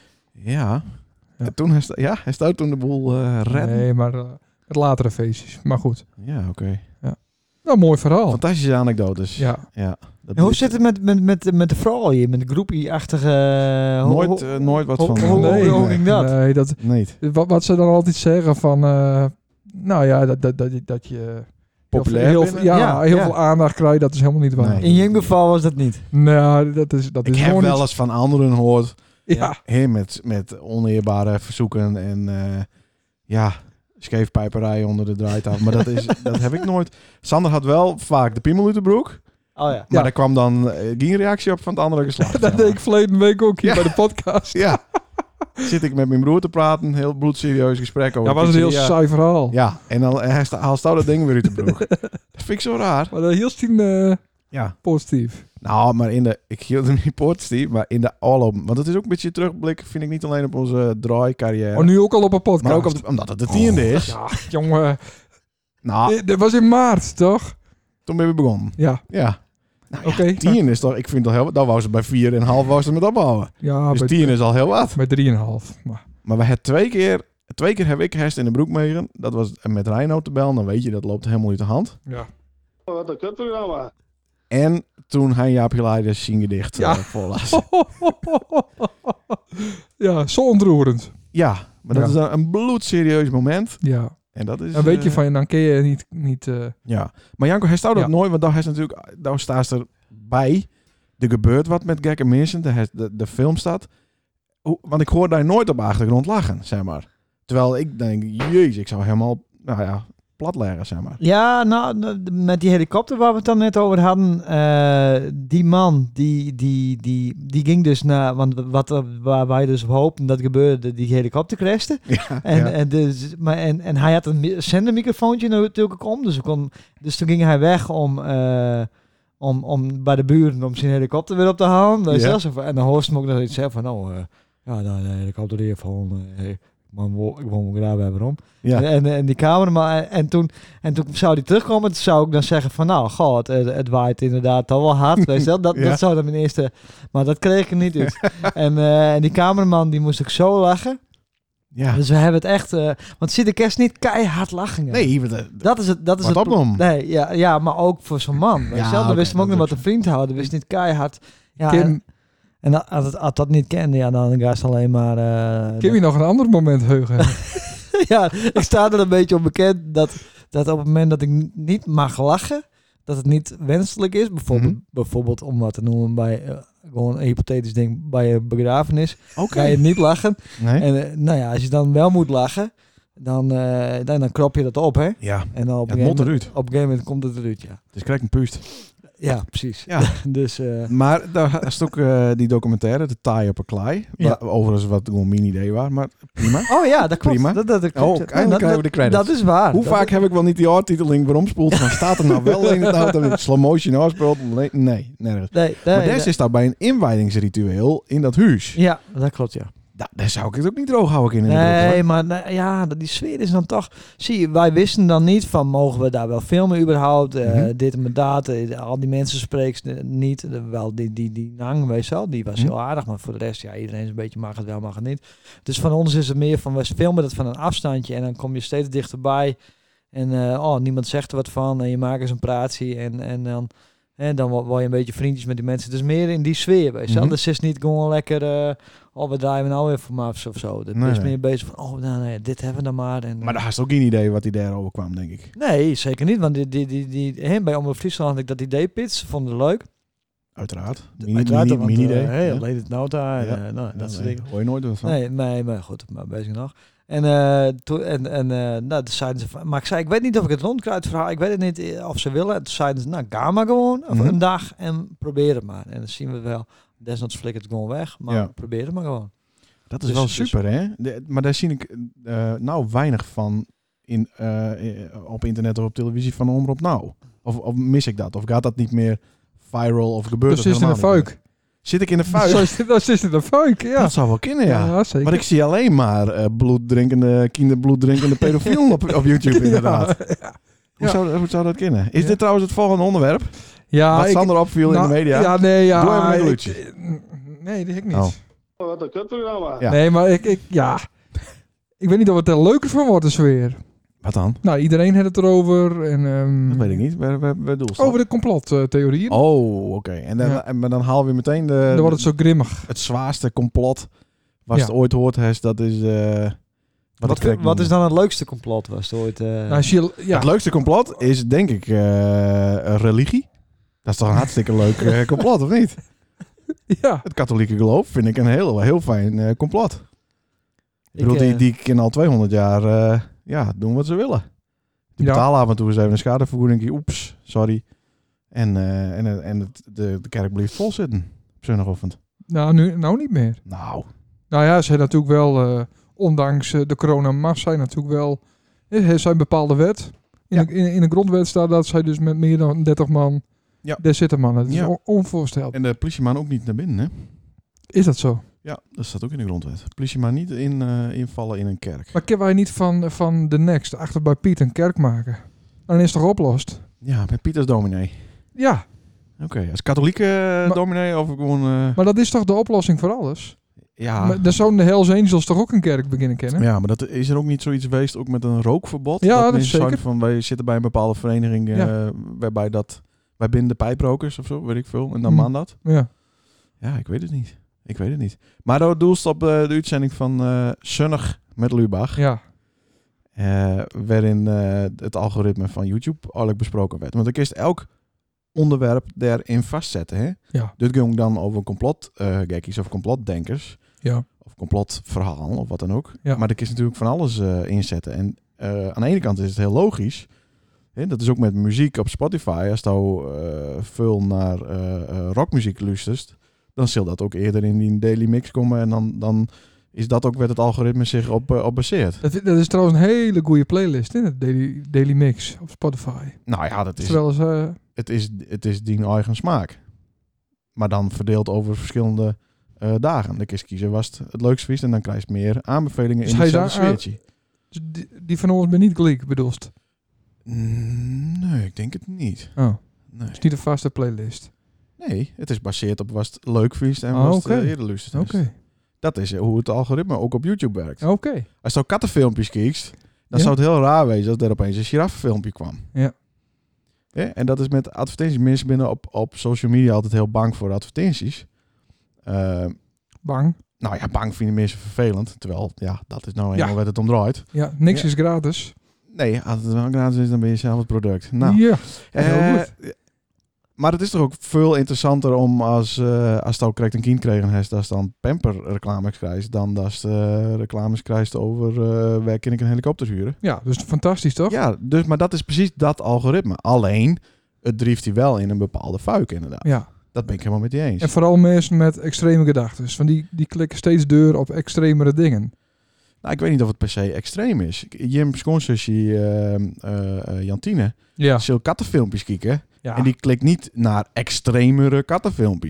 Ja. Ja. En toen hij, sta- ja, hij stond toen de boel uh, redden. Nee, maar uh, het latere feestjes. Maar goed. Ja, oké. Okay. Nou, mooi verhaal. Fantastische anekdotes. Ja. ja dat En hoe is- zit het met, met, met, met de vrouw hier? Met de groepie-achtige... hoe- Nooit, hoe- uh, nooit wat hoe- van... hoe- nee, hoe ging dat? Nee, dat, Nee. wat, wat ze dan altijd zeggen van... Uh, nou ja, dat, dat, dat, dat je... Populair heel, binnen? veel, ja, Ja, heel ja. veel aandacht krijgt. Dat is helemaal niet waar. Nee. In je geval was dat niet. Nou, dat is, dat Ik is heb gewoon wel niet- eens van anderen gehoord... Ja. He, met, met oneerbare verzoeken en uh, ja, scheefpijperij onder de draaitafel. Maar dat, is, dat heb ik nooit. Sander had wel vaak de piemel uit de broek. Oh ja. Maar Ja. daar kwam dan uh, geen reactie op van het andere geslacht. Dat deed ik verleden week ook hier Ja. bij de podcast. Ja. Zit ik met mijn broer te praten. Heel bloedserieus gesprek over Dat was een heel pizzeria. saai verhaal. Ja, en dan hij sta- haalt Stouw dat ding weer uit de broek. Dat vind ik zo raar. Maar dat heel stien uh, Ja. positief. Nou, maar in de... Ik hield hem niet positief, maar in de allo... Want het is ook een beetje terugblik, vind ik, niet alleen op onze draaicarrière. Oh, nu ook al op een podcast. maar ook op de- omdat het de tiende is. Ja, jongen. Nou, Dit- Dat was in maart, toch? toen ben we begonnen. Ja. Ja. Nou, ja, Oké. tien is toch... Ik vind dat heel... Dan wou ze bij vier en half wou ze met opbouwen. Ja, dus bij, tien is al heel wat. bij drieënhalf. Maar Maar we hebben twee keer... Twee keer heb ik herst in de broek meegen. Dat was met Reino te bellen. Dan weet je, dat loopt helemaal uit de hand. ja. Wat een kutprogramma. En toen hij Jaap Geleide zijn gedicht Ja. uh, voorlas. Ja, zo ontroerend. Ja, maar dat Ja. is een, een bloedserieus moment. Ja. En dat is... Dan weet je eh, van je, dan kun je niet... niet uh, Ja. Maar Janko, hij staat dat Ja. nooit. Want daar is natuurlijk... Daar staat er bij. Er gebeurt wat met gekke mensen. De, de, de film staat. Hoe- Want ik hoor daar nooit op achtergrond lachen, zeg maar. Terwijl ik denk, jezus, ik zou helemaal, nou ja, plat leggen, zeg maar. Ja, nou, nou, met die helikopter waar we het dan net over hadden. eh, die man, die, die, die, die ging dus naar... Want wat, er- waar wij dus op hoopten dat gebeurde, die helikopter crashte. Ja, En, ja. en, dus, maar, en, en hij had een mi- zendermicrofoontje natuurlijk om. Dus, we kon, dus toen ging hij weg om, eh, om, om bij de buren om zijn helikopter weer op te halen. Weet je Ja. wel, zo van- En dan hoorde ze hem ook nog iets zeggen van... Nou, eh, ja, nou, de helikopter hier van... eh, maar wo- ik woon graag bij waarom. Ja. En, en die cameraman. En, en, toen, en toen zou hij terugkomen. Toen zou ik dan zeggen van... Nou, god, het, het waait inderdaad al wel hard. Weet je wel. Dat, Ja. dat zou dan mijn eerste... Maar dat kreeg ik er niet uit. en, eh, en die cameraman, die moest ik zo lachen. Ja. Dus we hebben het echt... eh want zie de kerst niet keihard lachen. hè? Nee, wat, eh, Dat is het. Dat is Wat het pro- opnom. Nee, ja, ja, maar ook voor zo'n man. Weet je Ja, wel. Dan oké, wist hem ook dat nog is wat een vriend houden. Wist niet keihard. Ja, Kim, en, en dat- als, het, als dat niet kende, ja, dan ga je alleen maar... eh, Kim je nog een ander moment heugen? ja, ik sta er een beetje op bekend dat, dat op het moment dat ik n- niet mag lachen, dat het niet wenselijk is. Bijvoorbeeld, Mhm. bijvoorbeeld om wat te noemen bij, eh, gewoon een hypothetisch ding, bij een begrafenis, Oké. ga je niet lachen. Nee? En eh, nou ja, als je dan wel moet lachen, dan, eh, dan, dan krop je dat op, hè. Ja, En dan op, het een mot gegeven moment, eruit. op een gegeven moment komt het eruit, ja. Het is krijg een puust. Ja, precies. Ja. dus, eh, Maar daar is ook uh, die documentaire, de Taai op een klei. Ja. Wa- Overigens wat gewoon mijn idee was, maar prima. oh ja, dat klopt. Prima. Dat, dat, dat klopt. Oh, eindelijk krijgen we de credits. Dat is waar. Hoe Dat vaak is- heb ik wel niet die aardtiteling beromspoeld van staat er nou wel in het auto? Slow motion afspeelt? Nee, nergens. Nee, nee, Maar nee. des is daar bij een inwijdingsritueel in dat huis. Ja, dat klopt, ja. Da- daar zou ik het ook niet droog houden in. in de broek, Nee, hoor. maar nee, ja, dat- die sfeer is dan toch... Zie je, wij wisten dan niet van, mogen we daar wel filmen überhaupt? Eh, Mhm. Dit en dat, eh, al die mensen spreken niet. Eh, Wel, die, die, die Nang, weet je wel, die was Mhm. heel aardig. Maar voor de rest, ja, iedereen is een beetje mag het wel, mag het niet. Dus van ons is het meer van, we filmen het van een afstandje. En dan kom je steeds dichterbij. En eh, oh, niemand zegt er wat van. En je maakt eens een praatje. En, en dan... En dan wo- word je een beetje vriendjes met die mensen. Dus meer in die sfeer, weet je wel. Mhm. Dus het is niet gewoon lekker... eh, oh, we draaien we nou weer voor Mavs of zo. Dat Nee, is nee. meer bezig van... Oh, nou, nee, dit hebben we dan maar. En, Maar daar had je ook geen idee wat hij daarover kwam, denk ik. Nee, zeker niet. Want die, die, die, die, hè, bij Omroep Friesland had ik dat idee pits. Vonden het leuk. Uiteraard. Mini, Uiteraard, mini, want, mini eh, idee. hey, Ja. Late It Nota en Ja. eh, nou, Ja, dat soort nee, dingen. hoor je nooit wat van. Nee, nee, maar goed, maar bezig nog. En, eh toen, en, en eh, nou, toen zeiden ze van, maar ik zei, ik weet niet of ik het rondkrijg, het verhaal, ik weet het niet eh, of ze willen. Toen zeiden ze, nou, ga maar gewoon, of Mhm. een dag en probeer het maar. En dan zien we wel, desnoods flikkert het gewoon weg, maar Ja. probeer het maar gewoon. Dat is Dus- wel dus- super, hè? De- maar daar zie ik eh, nou weinig van in, eh, eh, op internet of op televisie van Omroep Nou. Of, of mis ik dat? Of gaat dat niet meer viral of gebeurt Dus het is in een helemaal niet meer? fuik. Zit ik in de Zo fuik? is het- Dat is in een fuik, ja. Dat zou wel kunnen, ja. Ja, zeker. Maar ik zie alleen maar eh bloeddrinkende, kinderbloeddrinkende pedofielen op, op YouTube inderdaad. Ja, Hoe, Ja. zou, hoe zou dat kunnen? Is Ja. dit trouwens het volgende onderwerp? ja Wat ik- Sander opviel in nou, de media? Ja, nee, ja. Doe even een ik- geluidje. Nee, die heb ik niet. Oh. Wat een kutprogramma. Ja. Nee, maar ik, ik, ja. Ik weet niet of het er leuker van wordt, de sfeer. Wat dan? Nou, iedereen heeft het erover. En, ehm, Dat weet ik niet. Waar, waar, waar doel staat? Over de complottheorieën. Oh, oké. En, dan, Ja. en maar dan halen we meteen de, Dan wordt het zo grimmig. het zwaarste complot wat Ja. het ooit hoort heeft. Dat is... eh, wat, Wat, ik correct wat noem. is dan het leukste complot? Was het ooit... eh, Nou, als je, ja, Het leukste complot is denk ik eh, religie. Dat is toch een hartstikke leuk eh, complot, of niet? ja. Het katholieke geloof vind ik een heel, heel fijn eh, complot. Ik bedoel, Ik, die, eh, die kunnen al tweehonderd jaar eh, ja, doen wat ze willen. Die Ja. betalen af en toe eens even een schadevergoeding. Oeps, sorry. En, eh, en, en het, de, de kerk blijft vol zitten op zondagochtend. Nou, nu, nou niet meer. Nou, Nou ja, ze zijn natuurlijk wel, eh, ondanks eh, de coronamars, zijn natuurlijk wel... eh, Er zijn bepaalde wet. In, Ja. de, in, in de grondwet staat dat zij dus met meer dan dertig man... Ja. Daar zitten mannen. Dat is Ja. on- onvoorstelbaar. en de politieman ook niet naar binnen, hè? Is dat zo? Ja, dat staat ook in de grondwet. De politieman niet in, eh, invallen in een kerk. Maar kunnen wij niet van, van de Next achter bij Piet een kerk maken? Dan is het toch opgelost? Ja, met Pieters dominee. Ja, Oké, als katholieke eh, Maar- dominee of gewoon... eh, maar dat is toch de oplossing voor alles? ja, Maar dan zouden de Hells Angels toch ook een kerk beginnen kennen? ja, maar dat, is er ook niet zoiets geweest, ook met een rookverbod? Ja, dat mensen zeker. zouden van, wij zitten bij een bepaalde vereniging Ja. eh, waarbij dat... Wij binden de pijprokers of zo, weet ik veel. En dan Hm. man dat. Ja. Ja, ik weet het niet. Ik weet het niet. Maar door het doelstap uh, de uitzending van uh, Sunnig met Lubach. Ja. Uh, waarin uh, het algoritme van YouTube eigenlijk besproken werd. Want ik is elk onderwerp daarin vastzetten. Hè? Ja. Dit ging dan over complotgekkies uh, of complotdenkers. Ja. Of complotverhalen of wat dan ook. Ja. Maar ik is natuurlijk van alles uh, inzetten. En uh, aan de ene kant is het heel logisch. Hè? Dat is ook met muziek op Spotify. Als je uh, veel naar uh, uh, rockmuziek luistert, dan zal dat ook eerder in die daily mix komen. En dan, dan is dat ook waar het algoritme zich op, uh, op baseert. Dat, dat is trouwens een hele goede playlist in het Daily, Daily Mix op Spotify. Nou ja, dat is, Terwijl ze, het is, het is die eigen smaak. Maar dan verdeeld over verschillende uh, dagen. Dan kun je kiezen was het het leukst vies en dan krijg je meer aanbevelingen Dus in hij hetzelfde zou- sfeertje. die, die van ons ben niet gelijk bedoeld. Mm, nee, ik denk het niet. Oh, Nee. het is niet een vaste playlist. nee, het is gebaseerd op was het leuk vies en Ah, was het oké. uh, eerder lust. Oké. Dat is uh, hoe het algoritme ook op YouTube werkt. Oké. Als je kattenfilmpjes kijkt, dan Ja. zou het heel raar wezen als er opeens een giraffenfilmpje kwam. Ja. Ja, en dat is met advertenties. Mensen binnen op, op social media altijd heel bang voor advertenties. Uh, Bang. nou ja, bang vinden mensen vervelend. Terwijl, ja, dat is nou eenmaal Ja. waar het om draait. Ja, niks Ja. is gratis. Nee, als het wel gratis is, dan ben je zelf het product. Nou, ja. Heel eh, goed. maar het is toch ook veel interessanter om als, uh, als je al correct een kind kregen hebt, dat je dan Pamper reclames krijgt, dan dat je uh, reclames krijgt over uh, waar kan ik een helikopter huren. Ja, dus fantastisch toch? Ja, dus, maar dat is precies dat algoritme. Alleen, het drijft hij wel in een bepaalde fuik inderdaad. Ja. Dat ben ik helemaal met je eens. En vooral mensen met extreme gedachten. Van die, die klikken steeds deur op extremere dingen. Nou, ik weet niet of het per se extreem is. Jim schoonzusje uh, uh, uh, Jantine, Ja. zal kattenfilmpjes kijken Ja. en die klikt niet naar extremere kattenfilmpjes.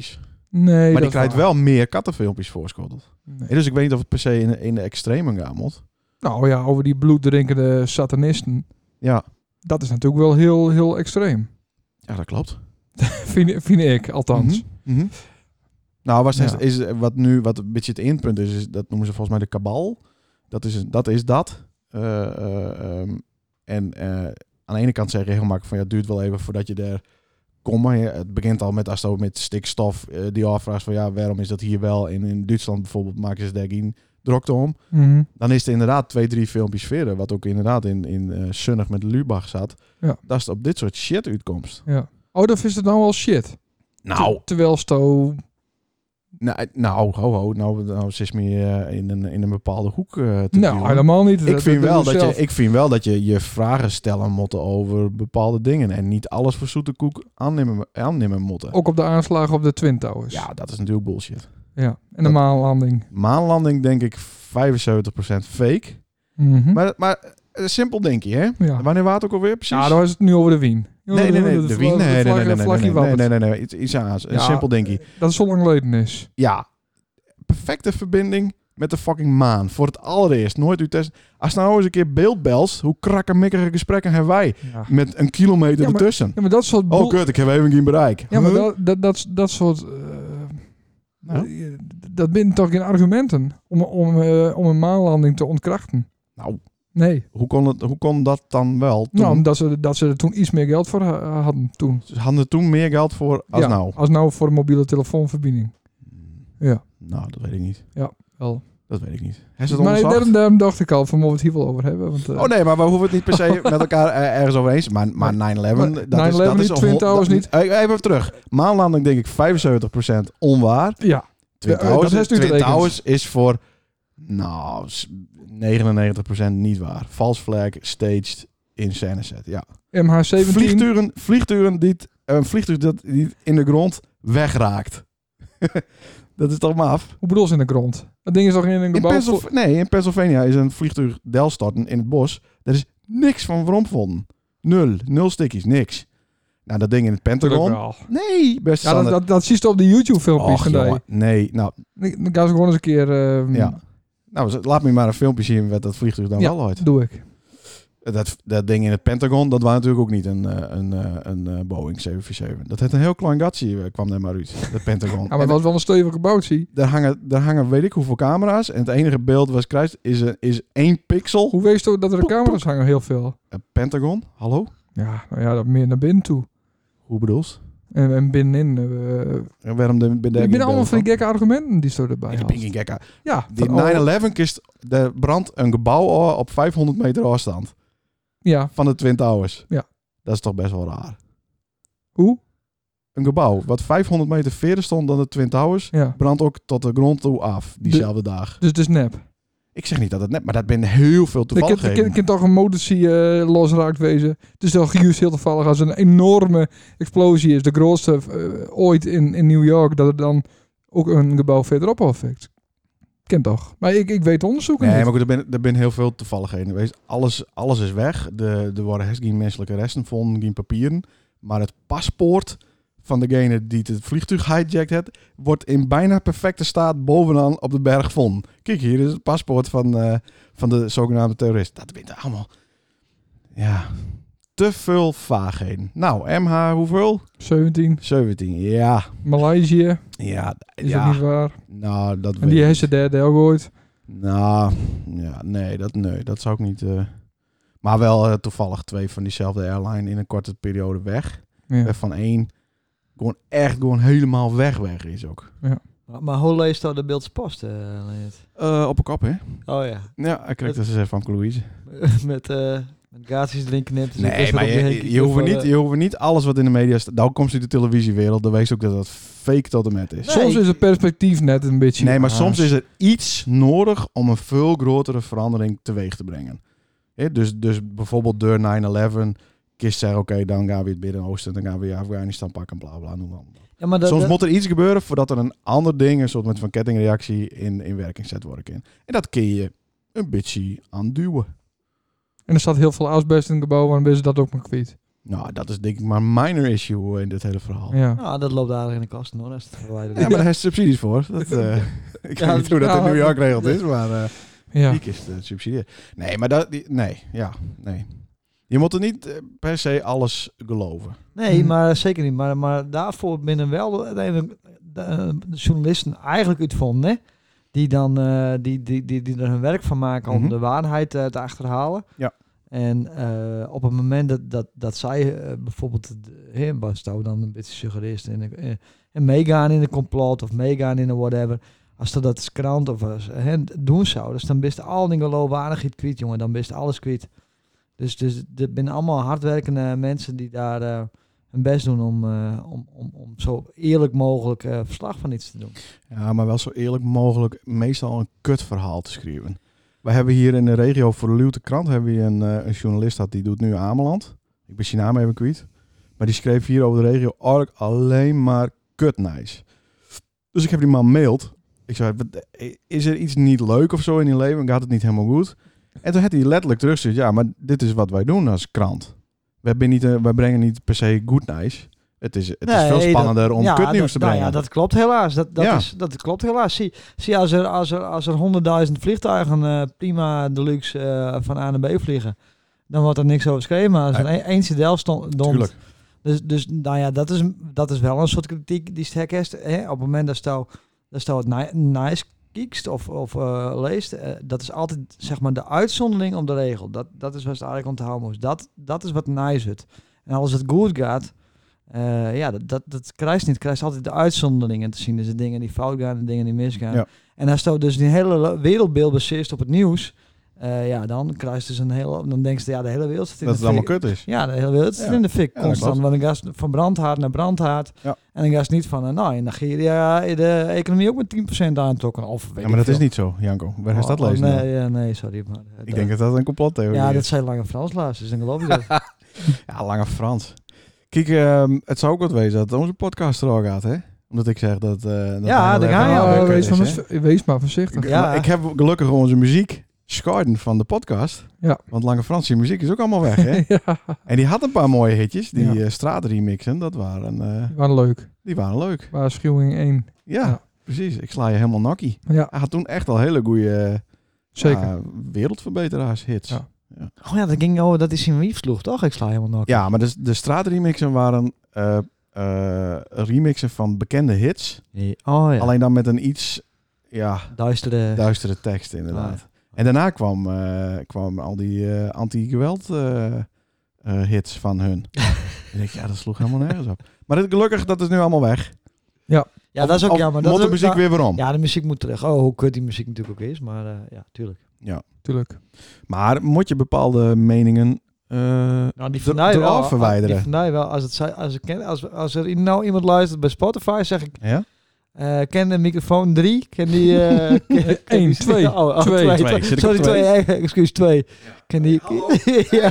Nee, maar dat die is krijgt waar. wel meer kattenfilmpjes voorschoteld. Nee. En dus ik weet niet of het per se in de, in de extreme gaat moet. Nou ja, over die bloeddrinkende satanisten. Ja, Dat is natuurlijk wel heel, heel extreem. ja, dat klopt. vind, vind ik, althans. Mhm, mhm. Nou, was Ja. is, wat nu wat een beetje het inpunt is, is, dat noemen ze volgens mij de kabal. Dat is dat. Is dat. Uh, uh, um, en uh, aan de ene kant zeg je heel makkelijk van ja, het duurt wel even voordat je daar komt. Maar ja, het begint al met als je met stikstof uh, die afvraagt van ja, waarom is dat hier wel? En in Duitsland bijvoorbeeld maken ze daar geen drukte om. Mhm. Dan is het inderdaad twee, drie filmpjes verder, wat ook inderdaad in, in uh, Sunnig met Lubach zat. Ja. Dat is op dit soort shit uitkomst. Ja. Oh, dat is het nou wel shit. Nou, Ter- terwijl sto... nou, nou, ho, ho, nou, nou zit me uh, in, een, in een bepaalde hoek uh, te Nou, duwen. helemaal niet. Ik vind, wel dat zelf. je, ik vind wel dat je je vragen stellen moet over bepaalde dingen. En niet alles voor zoete koek aannemen, aannemen moeten. Ook op de aanslagen op de Twin Towers. Ja, dat is natuurlijk bullshit. Ja. En de Dat- maanlanding. Maanlanding denk ik vijfenzeventig procent fake. Mhm. Maar, maar uh, simpel denk je, hè? ja. Wanneer waard ook alweer precies? Ja, dan is het nu over de Wien. nee, nee, nee. De Wien? Nee, nee, nee, nee, nee, vlagje nee, nee, wappert. nee, nee, nee. Iets, iets aan. Ja, Simpel denk je. Dat het zo lang geleden is. Ja, perfecte verbinding met de fucking maan. Voor het allereerst. Nooit u test. Als nou eens een keer beeldbelst, hoe krakkemikkige gesprekken hebben wij Ja. met een kilometer Ja, maar- ertussen? Ja, maar dat soort... Oh boel- kut, ik heb even geen bereik. Ja, maar Huh? dat, dat, dat, dat soort... eh, Nou? eh, dat zijn toch geen argumenten om, om, eh, om een maanlanding te ontkrachten. Nou, Nee. hoe kon, het, hoe kon dat dan wel? Toen, Nou, omdat ze, dat ze er toen iets meer geld voor ha- hadden toen. Ze hadden er toen meer geld voor als ja, nou. Als nou voor een mobiele telefoonverbinding. Ja, Nou, dat weet ik niet. wel. Dat weet ik niet. Heeft het Maar onderzocht? daarom, daarom dacht ik al van, moeten we het hier wel over hebben. Want, eh, Oh nee, maar we hoeven het niet per se met elkaar eh, ergens over eens. Maar, maar nine eleven, Maar dat is... nine eleven dat is niet, een Twin hol- Towers dat- niet. Eh, Even terug. Maanlanding denk ik vijfenzeventig procent onwaar. Ja, Twin Ja, eh, Towers, dat heeft u Twin gerekend. Towers is voor... Nou, s- negenennegentig procent niet waar. False flag, staged, in scène set. Ja. M H zeventien. Vliegtuigen, vliegtuigen die het- een vliegtuig dat die in de grond wegraakt. Dat is toch maf? Hoe bedoel je in de grond? Dat ding is toch in een In gebouw... Pennsylv- voor- nee, in Pennsylvania is een vliegtuig delstorten in het bos. Daar is niks van veromvonden. Nul. Nul stickies. Niks. Nou, dat ding in het Natuurlijk Pentagon. wel. Nee, best Ja, dat, dat, dat zie je op de YouTube-filmpjes Och, van die. jongen, nee. Nou, Dan gaan ze gewoon eens een keer... ehm, ja. Nou, laat me maar een filmpje zien wat dat vliegtuig dan Ja. wel uit. Doe ik. Dat, dat ding in het Pentagon, dat was natuurlijk ook niet een, eh, een, eh, een, eh, Boeing zeven vier zeven. Dat had een heel klein gatje, eh, kwam er maar uit. Het Pentagon. Ja, maar En het was wel een stevig gebouwd, zie. daar, hangen, daar hangen weet ik hoeveel camera's. En het enige beeld was krijgt is, een- is één pixel. Hoe weet je toch dat er de camera's hangen? Heel veel. Een Pentagon? Hallo? Ja, nou ja, dat meer naar binnen toe. Hoe bedoelt? En, en binnenin... eh En waarom de, ben ik ben allemaal van die gekke argumenten die zo erbij Ik haalt. ben geen gekka. Ja, Die van, oh, nine eleven kist, er brandt een gebouw op vijfhonderd meter afstand ja, van de Twin Towers. Ja. Dat is toch best wel raar. hoe? Een gebouw wat vijfhonderd meter verder stond dan de Twin Towers, Ja. brandt ook tot de grond toe af, diezelfde dag. Dus het is nep. Ik zeg niet dat het net, maar dat ben heel veel Er kan, toevalligheden. kan, kan toch een motorcie eh, losraakt wezen. Het is toch juist heel toevallig als een enorme explosie is. De grootste eh, ooit in, in New York. Dat er dan ook een gebouw verderop afvikt. Ken toch? Maar ik, ik weet onderzoeken Nee, niet. maar goed, er ben, er ben heel veel toevalligheden geweest. Alles, alles is weg. De, er worden geen menselijke resten gevonden, geen papieren. Maar het paspoort van degene die het vliegtuig hijacked heeft, wordt in bijna perfecte staat bovenaan op de berg gevonden. Kijk, hier is het paspoort van, eh, van de zogenaamde terrorist. Dat weten allemaal. Ja, te veel vaagheden. Nou, M H hoeveel? zeventien. zeventien. Ja, Maleisië. ja, Is ja. dat niet waar? Nou, dat En weet die ik heeft ze derde ook ooit. Nou, ja, nee, dat, nee, dat zou ik niet... eh, Maar wel eh, toevallig twee van diezelfde airline in een korte periode weg. Ja. Waarvan één gewoon echt gewoon helemaal weg weg is ook. Maar, maar hoe leest dat de Beeldse Post, uh, Leonard? Eh, op een kop, hè? Oh ja. Ja, ik kreeg dat ze van Louise. met, uh, met gratis drinken neemt. Dus ik Nee, wist maar dat op die je, Henkie je, hoeft Club, niet, eh, je hoeft niet alles wat in de media staat... Nou komt ze in de televisiewereld, dan weet je ook dat dat fake tot en met is. Nee. Soms is het perspectief net een beetje... Nee, maar Ah, soms is er iets nodig om een veel grotere verandering teweeg te brengen. Hè, dus, dus bijvoorbeeld door nine eleven... Kist zeggen, oké, dan gaan we het Midden-Oosten... dan gaan we Afghanistan pakken, bla bla, noem maar. Ja, maar dat, Soms dat- moet er iets gebeuren voordat er een ander ding... een soort met van kettingreactie in, in werking zet worden kan. En dat kun je een beetje aan duwen. En er staat heel veel asbest in het gebouw, waarom is dat ook maar kwijt? Nou, dat is denk ik maar een minor issue in dit hele verhaal. Ja, Ja. Nou, dat loopt aardig in de kosten hoor. Als het verwijderd maar daar is subsidies voor. Dat, uh, ik Ja, weet niet hoe dat ja, in New York geregeld is, maar uh, Ja. die is het subsidie. Nee, maar dat, die, nee, ja, nee. Je moet er niet uh, per se alles geloven. Nee, Hmm. maar zeker niet. Maar, maar daarvoor binnen wel uiteindelijk de, de journalisten eigenlijk uitvonden, hè? Die dan uh, die, die, die, die er hun werk van maken om Mhm. de waarheid uh, te achterhalen. Ja. En uh, op het moment dat, dat, dat zij uh, bijvoorbeeld uh, was nou dan een beetje suggerist in de, uh, en meegaan in de complot of meegaan in de whatever. Als dat dat is krant of als, uh, doen zou, dus dan best al die geloofwaardigheid kwijt, jongen. Dan best alles kwijt. Dus, dus er zijn allemaal hardwerkende mensen die daar uh, hun best doen om, uh, om, om, om zo eerlijk mogelijk uh, verslag van iets te doen. Ja, maar wel zo eerlijk mogelijk meestal een kutverhaal te schrijven. We hebben hier in de regio voor de Leeuwarden Krant hebben we een, uh, een journalist dat die doet nu Ameland. Ik ben zijn naam even kwijt. Maar die schreef hier over de regio eigenlijk alleen maar kut nice. Dus ik heb die man maild. Ik zei, wat- is er iets niet leuk of zo in je leven? Gaat het niet helemaal goed? En toen had hij letterlijk teruggezegd, ja, maar dit is wat wij doen als krant. We, hebben niet, uh, wij brengen niet per se good nice. Het is, het is Nee, veel spannender dat- om ja, kutnieuws dat, te brengen. Nou ja, dat klopt helaas. Dat, dat, Ja. is, dat klopt helaas. Zie, zie als er als er als er honderdduizend vliegtuigen uh, prima deluxe uh, van A naar B vliegen, dan wordt er niks over geschreven. Maar als er Nee. een incident stond, Tuurlijk. dus dus nou ja, dat is dat is wel een soort kritiek die sterk is. Hè? Op het moment dat stel dat stel het ni- nice kiekst of of uh, leest, uh, dat is altijd zeg maar de uitzondering op de regel. Dat dat is wat het eigenlijk onthouden moest. Dat dat is wat nice het. En als het goed gaat. Uh, ja, dat, dat, dat krijgt niet. Krijgt altijd de uitzonderingen te zien. Dus de dingen die fout gaan, de dingen die misgaan. Ja. En als je dus die hele wereldbeeld beslist op het nieuws, uh, ja, dan krijg je dus een hele, dan denk je, ja, de hele wereld zit in Dat de het allemaal fik. kut is. Ja, de hele wereld zit Ja. in de fik Ja, dat constant. klopt. Want dan gaat het van brandhaard naar brandhaard. Ja. En dan gaat het niet van, uh, nou, in Nigeria is de economie ook met tien procent aangetrokken. Of weet Ja, ik maar dat veel. is niet zo, Janko. Waar is dat Oh, lezen? Nee, ja, nee, sorry. Maar, uh, Ik denk dat dat een complottheorie ja, is. dat zijn lange Frans laatst, dus dan geloof je dat. Ja, lange Frans. Kijk, ehm, het zou ook wat wezen dat onze podcast er al gaat, hè? Omdat ik zeg dat... eh dat Ja, heel daar erg ga je een al. lekker wees, is, van hè? het- wees maar voorzichtig. Ik, Ja. maar ik heb gelukkig onze muziek scheiden van de podcast. Ja. Want Lange Frans, die muziek is ook allemaal weg, hè? Ja, En die had een paar mooie hitjes. Die Ja. eh, straatremixen, dat waren, eh, die waren leuk. die waren leuk. Waarschuwing één. Ja, Ja. precies. Ik sla je helemaal nakkie. Ja, Hij had toen echt al hele goede zeker. ja, wereldverbeteraars hits. Ja. Ja. Oh ja, dat ging over dat is in wief sloeg, toch? Ik sla helemaal nog. Ja, maar de, de straatremixen waren eh, eh, remixen van bekende hits. Oh ja. Alleen dan met een iets ja, Duistere. duistere tekst inderdaad. En daarna kwam, eh, kwam al die eh, anti-geweld eh, eh, hits van hun. En ik, ja, dat sloeg helemaal nergens op. Maar het, gelukkig, dat is nu allemaal weg. Ja, dat is ook Of jammer. Moet Dat de is- muziek dat- weer weer om. Ja, de muziek moet terug. Oh, hoe kut die muziek natuurlijk ook is. Maar uh, ja, tuurlijk. Ja. Tuurlijk. Maar moet je bepaalde meningen uh, Nou, die er- van mij wel. eraf verwijderen? Die van mij wel. Als, het, zei- als, ik ken, als, als er nou iemand luistert bij Spotify, zeg ik... Ja? Uh, ken de microfoon drie? Ken die... Uh, ken- ken Eén, die- twee, Oh, oh, twee. twee. Twee. Zit ik Sorry, op twee. twee? eh, excuus, twee. Ken die... ja.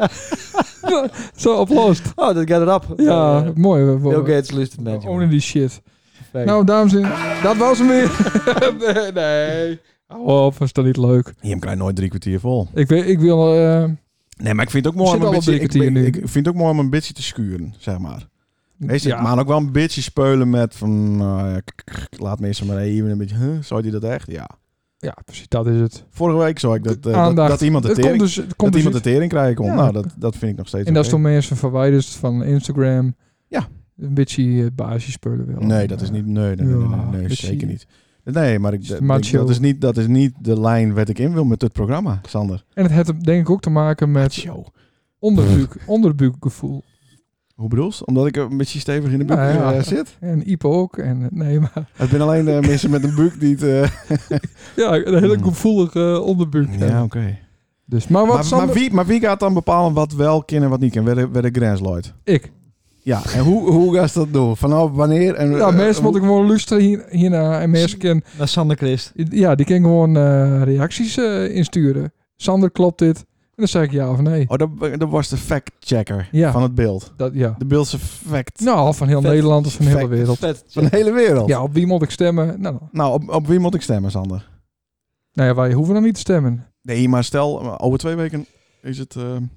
Zo oplost. Oh, dat gaat erop. Ja, Uh, mooi. We- Bill we- Gates luistert met. Ownen die shit. Perfect. Nou, dames en heren, dat was hem weer. nee, nee. Hou op, was dat niet leuk. Je krijgt nooit drie kwartier vol. Ik, weet, ik wil... eh, Nee, maar ik vind het ook We mooi om zitten een al op beetje, drie ik, kwartier nu. ik vind het ook mooi om een beetje te schuren, zeg maar. Wees ja, ik maar ook wel een beetje speulen met van, nou ja, k- k- k- laat me eerst maar even een beetje, huh, zou die dat echt? Ja. ja, precies, dat is het. Vorige week zou ik dat, eh, dat, Aandacht. dat iemand de Het komt tering, dus, het dat komt dus iemand de tering krijgen kon. Ja. Nou, dat, dat vind ik nog steeds en dat is oké. door mensen verwijderd van Instagram. Ja. Een beetje uh, basisspullen wel. Nee, dat is niet, nee, nee, nee, nee, nee, Ja, nee, dat zeker zie je. niet. Nee, maar ik, is de ik- macho. dat, is niet, dat is niet de lijn wat ik in wil met dit programma, Sander. En het heeft denk ik ook te maken met Macho. onderbuik, onderbuikgevoel. Hoe bedoel je? Omdat ik een beetje stevig in de buik Nou ja. eh, zit? En Ipo ook. En, eh, nee, maar Het zijn alleen de mensen met een buik die het... eh, ja, een hele Hmm. gevoelige onderbuik. ja, hebben. oké. Dus, maar wat Maar, Sander- maar, wie, maar wie gaat dan bepalen wat wel kan en wat niet kan? Waar de, waar de grens loopt? Ik. Ja, en hoe, hoe gaat dat doen? Vanaf wanneer? En, Ja, eh, mensen hoe- moeten gewoon luisteren hier, hierna. En mensen kunnen, Dat is Sander Christ. ja, die kunnen gewoon eh, reacties eh, insturen. Sander, klopt dit? En dan zeg ik ja of nee. Oh, dat, dat was de fact-checker Ja. van het beeld. Dat, ja. De beeldse fact Nou, van heel Vet. Nederland of van de hele Fact. wereld. Vet. van de hele wereld. Ja, op wie moet ik stemmen? Nou, Nou, op, op wie moet ik stemmen, Sander? nou ja, wij hoeven dan niet te stemmen. Nee, maar stel, over twee weken is het... eh,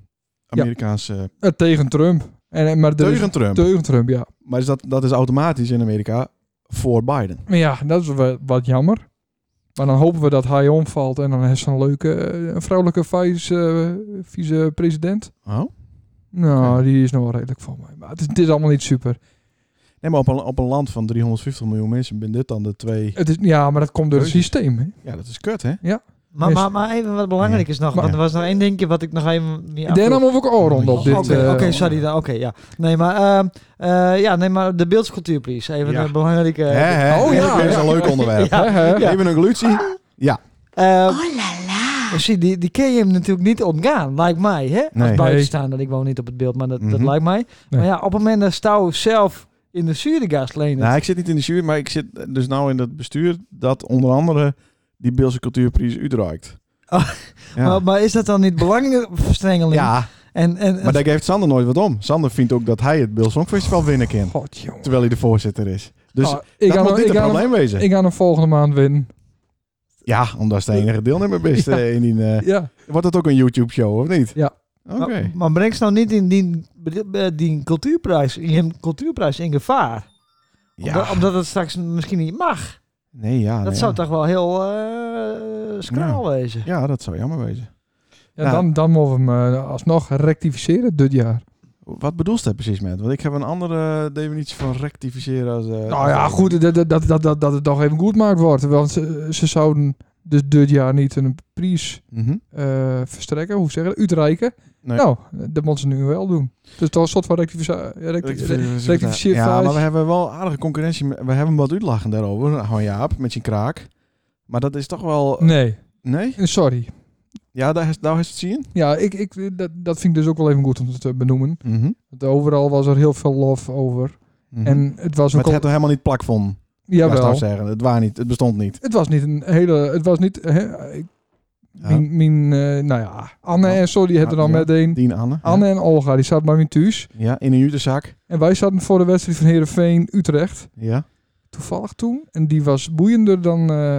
Amerikaanse... Uh, tegen Trump. En, en, maar er Tegen is, Trump. Tegen Trump, ja. Maar is dat, dat is automatisch in Amerika voor Biden. Maar ja, dat is wat, wat jammer. Maar dan hopen we dat hij omvalt en dan is ze een leuke, uh, een vrouwelijke vice, uh, vice-president. Oh? Nou, Oké. die is nog wel redelijk voor mij. Maar het is, het is allemaal niet super. Nee, maar op een, op een land van driehonderdvijftig miljoen mensen ben dit dan de twee... Het is, ja, maar dat komt door het Keuzes. systeem. Hè? Ja, dat is kut, hè? Maar, Yes. maar, maar even wat belangrijk is nog, Maar- want er was nog één dingetje wat ik nog even... niet Daarna afvroeg. moet ik ook ronden op dit. Oké, eh, oké, sorry. dan- Oké, ja. Nee, maar, ehm, eh, ja, nee, maar de beeldscultuurprijs. Even Ja. een belangrijke... Hè, hè? Oh, ja, Dat is een ja. leuk onderwerp. Ja. Hè, hè? Ja. Even een glutsie. Ja. Uh, Zie, die, die kun je hem natuurlijk niet ontgaan, lijkt mij. Hè? Nee. Als buitenstaander, ik woon niet op het beeld, maar dat, dat Mhm. lijkt mij. Nee. Maar ja, op het moment dat Stouw zelf in de zuurgast leent. Nou, ik zit niet in de jury, maar ik zit dus nou in het bestuur dat onder andere die Beelse Cultuurprijs uitreikt. Oh, Ja. maar, maar is dat dan niet belangenverstrengeling? Ja, En, en, maar daar geeft Sander nooit wat om. Sander vindt ook dat hij het Beels Songfestival winnen kan. God, jongen. Terwijl hij de voorzitter is. Dus Nou, ik dat ga moet hem- dit ik een ga probleem hem- wezen. Ik ga hem volgende maand winnen. Ja, omdat ze de enige deelnemer best. Ja. eh, in die, eh, Ja. Wordt dat ook een YouTube-show, of niet? Ja. Oké. maar, maar breng ze nou niet in die, die cultuurprijs, in die cultuurprijs in gevaar? Omdat, Ja. omdat het straks misschien niet mag. Nee, ja. dat nee, zou ja. toch wel heel uh, skraal wezen. Ja, dat zou jammer wezen. Ja, Nou. dan, dan moeten we hem uh, alsnog rectificeren dit jaar. Wat bedoelt je precies met? Want ik heb een andere definitie van rectificeren als... eh, Nou als ja, deze. goed, dat, dat, dat, dat, dat, dat het toch even goed gemaakt wordt. Want ze, ze zouden dus dit jaar niet een prijs Mhm. uh, verstrekken, hoe zeg je dat, uitreiken. Nee. Nou, dat moeten ze nu wel doen. Dus toch een soort van rectificatie. Rectificeer. Ja, maar we hebben wel aardige concurrentie. We hebben wat uitlachen daarover. Gewoon Jaap, met je kraak. Maar dat is toch wel... Nee, Nee? sorry. Ja, daar is daar is het zien. Ja, ik, ik, dat, dat vind ik dus ook wel even goed om te benoemen. Mhm. Want overal was er heel veel lof over. Mhm. En het was maar ook het al... had toch helemaal niet plak van. Ja, Jawel. zou zeggen. Het, waar niet, het bestond niet. Het was niet een hele... Het was niet... Hè, ik, Ja. Mijn, mijn uh, nou ja, Anne Ja. en zo, die hebben er Ja, dan ja. meteen... Dien Anne. Anne en Olga, die zaten bij mijn thuis. Ja. ja, in een jutezak. En wij zaten voor de wedstrijd van Heerenveen Utrecht. Ja. Toevallig toen. En die was boeiender dan... Uh,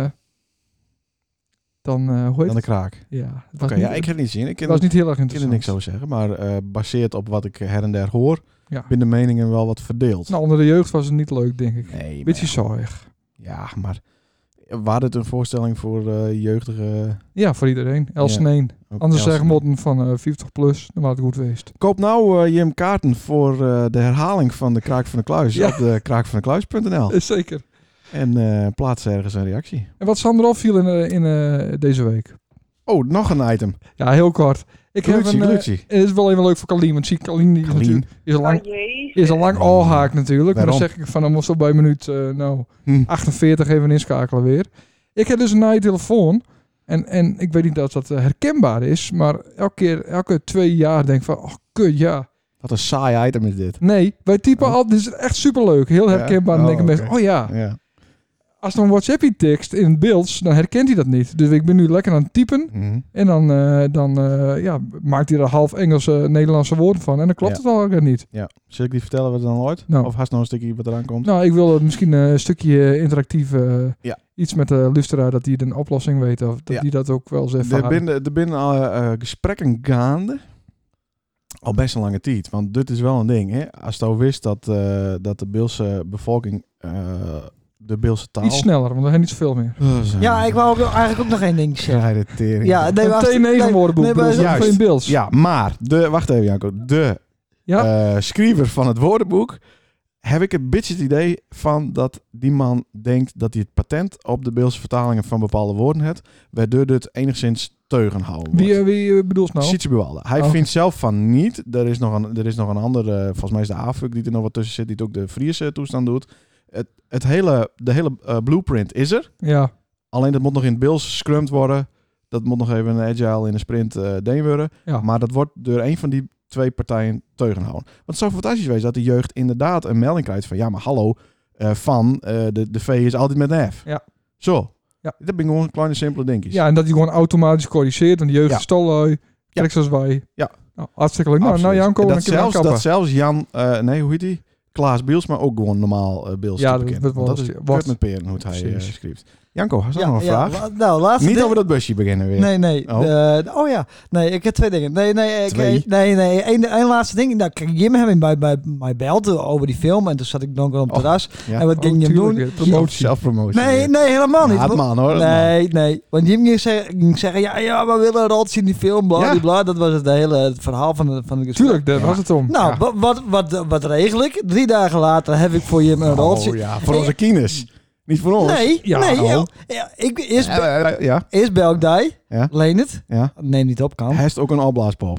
dan, uh, hoe heet Dan de het? kraak. Ja, het was, Oké, niet, ja, ik heb het niet zien. Ik het ken was het niet heel erg ik kan er interessant. niks over zeggen. Maar uh, baseerd op wat ik her en der hoor, Ja. ben de meningen wel wat verdeeld. Nou, onder de jeugd was het niet leuk, denk ik. nee, maar Beetje ja. saaiig. Ja, maar waar dit een voorstelling voor uh, jeugdige... Ja, voor iedereen. Elsen Ja. één. ook Anders Elsen. zeggen motten van uh, vijftig plus. Dan was het goed geweest. Koop nou uh, Jim kaarten voor uh, de herhaling van de Kraak van de Kluis Ja. op de kraak van de kluis punt n l. Zeker. En uh, plaats ergens een reactie. En wat Sander opviel in, uh, in uh, deze week? Oh, nog een item. Ja, heel kort. Ik heb Glutsie, een, uh, glutsie. het is wel even leuk voor Kalien. Want zie Kalien die is, Kalien. natuurlijk, is al lang, Oh, jezus. is al lang al haak natuurlijk. Maar dan Waarom? zeg ik van dan moest zo bij minuut uh, nou, Hm. achtenveertig even inschakelen weer. Ik heb dus een nieuwe telefoon. En, en ik weet niet of dat uh, herkenbaar is. Maar elke keer, elke twee jaar denk ik van, oh kut, ja. Wat een saai item is dit. Nee, wij typen Oh. al, dit is echt superleuk. Heel Ja? herkenbaar. Dan Oh, denken mensen, oké. oh ja. Ja. Als er een WhatsApp tekst in het beeld, dan herkent hij dat niet. Dus ik ben nu lekker aan het typen. Mhm. En dan, uh, dan uh, ja, maakt hij er half Engelse, Nederlandse woorden van. En dan klopt Ja. het al ook niet. Ja. Zal ik die vertellen wat er dan ooit? Nou. Of hast nog een stukje wat eraan komt? Nou, ik wil misschien uh, een stukje interactief uh, Ja. iets met de luisteraar, dat die een oplossing weet. Of dat Ja. die dat ook wel zegt. Er binnen, er binnen al uh, gesprekken gaande. Al best een lange tijd. Want dit is wel een ding. Hè? Als je al wist dat, uh, dat de Beelse bevolking uh, de Beelse taal... Iets sneller, want er zijn niet zoveel meer. Ja, ik wou ook, eigenlijk ook nog één ding zeggen. Ja, de tering. Ja, nee, Een maar T negen woordenboek, nee, maar- bedoel je, Juist. van je beelds. Ja, maar... De, wacht even, Janko. De Ja? uh, schrijver van het woordenboek... heb ik een beetje het idee van dat die man denkt dat hij het patent op de Beelse vertalingen van bepaalde woorden heeft, waardoor dit enigszins teugen houden wordt. Wie, uh, wie uh, bedoelt nou? Sietse Buwalda. Hij Oh, vindt zelf van niet. Er is nog een, er is nog een andere, volgens mij is de A F U C die er nog wat tussen zit, die het ook de Friese toestand doet. Het, het hele, de hele uh, blueprint is er. Ja. Alleen dat moet nog in het Beels gescrumd worden. Dat moet nog even een agile in een sprint uh, deen worden. Ja. Maar dat wordt door een van die twee partijen teugen houden. Want het zou fantastisch wezen dat de jeugd inderdaad een melding krijgt van ja, maar hallo, uh, van uh, de, de V is altijd met een F. Ja. Zo. Ja. Dat ben gewoon kleine simpele dingetjes. Ja, en dat hij gewoon automatisch corrigeert. En de jeugd Ja. is stollui. Trek zoals wij. Ja. Nou, hartstikke leuk. Nou, nou Absoluut. Janko, En dan dat, kun je zelfs, kappen. dat zelfs Jan, uh, nee, hoe heet hij? Klaas Biels, maar ook gewoon normaal uh, Beels Ja, te dat bekend. wordt Want wel dat is sti- kut wordt. met peren hoe het hij uh, Precies. schrijft. Janko, had je Ja, nog een ja, vraag? la- nou, laatste Niet ding- over dat busje beginnen weer. Nee, nee. Oh. Oh. oh ja. Nee, ik heb twee dingen. Nee, nee. Ik, Twee? Nee, nee. Eén één laatste ding. Nou, kijk, Jim heeft mij bij mij belt over die film. En toen zat ik dan op het Oh, terras. ja. En wat ging Oh, Jim tuurlijk, doen? ja, promotie. Zelfpromotie. Nee, nee, helemaal niet. Ja, het man, hoor, het Nee, nee. Want Jim ging zeggen, ging zeggen ja, ja, we willen een rotje in die film. Bla, Ja. bla, bla. Dat was het hele het verhaal van de, van de gesprek. Tuurlijk, daar Ja. was het om. Nou, Ja. wat, wat, wat, wat regel ik? Drie dagen later heb ik voor Jim een rotje. Oh ja, voor onze kines. Niet voor ons. Nee, Ja, nee. oh. Ja, ja, ik, eerst, Ja, ja, ja. eerst bel ik die. Ja. Leen het. ja. Neem niet op, kan. Hij is ook een opblaaspop.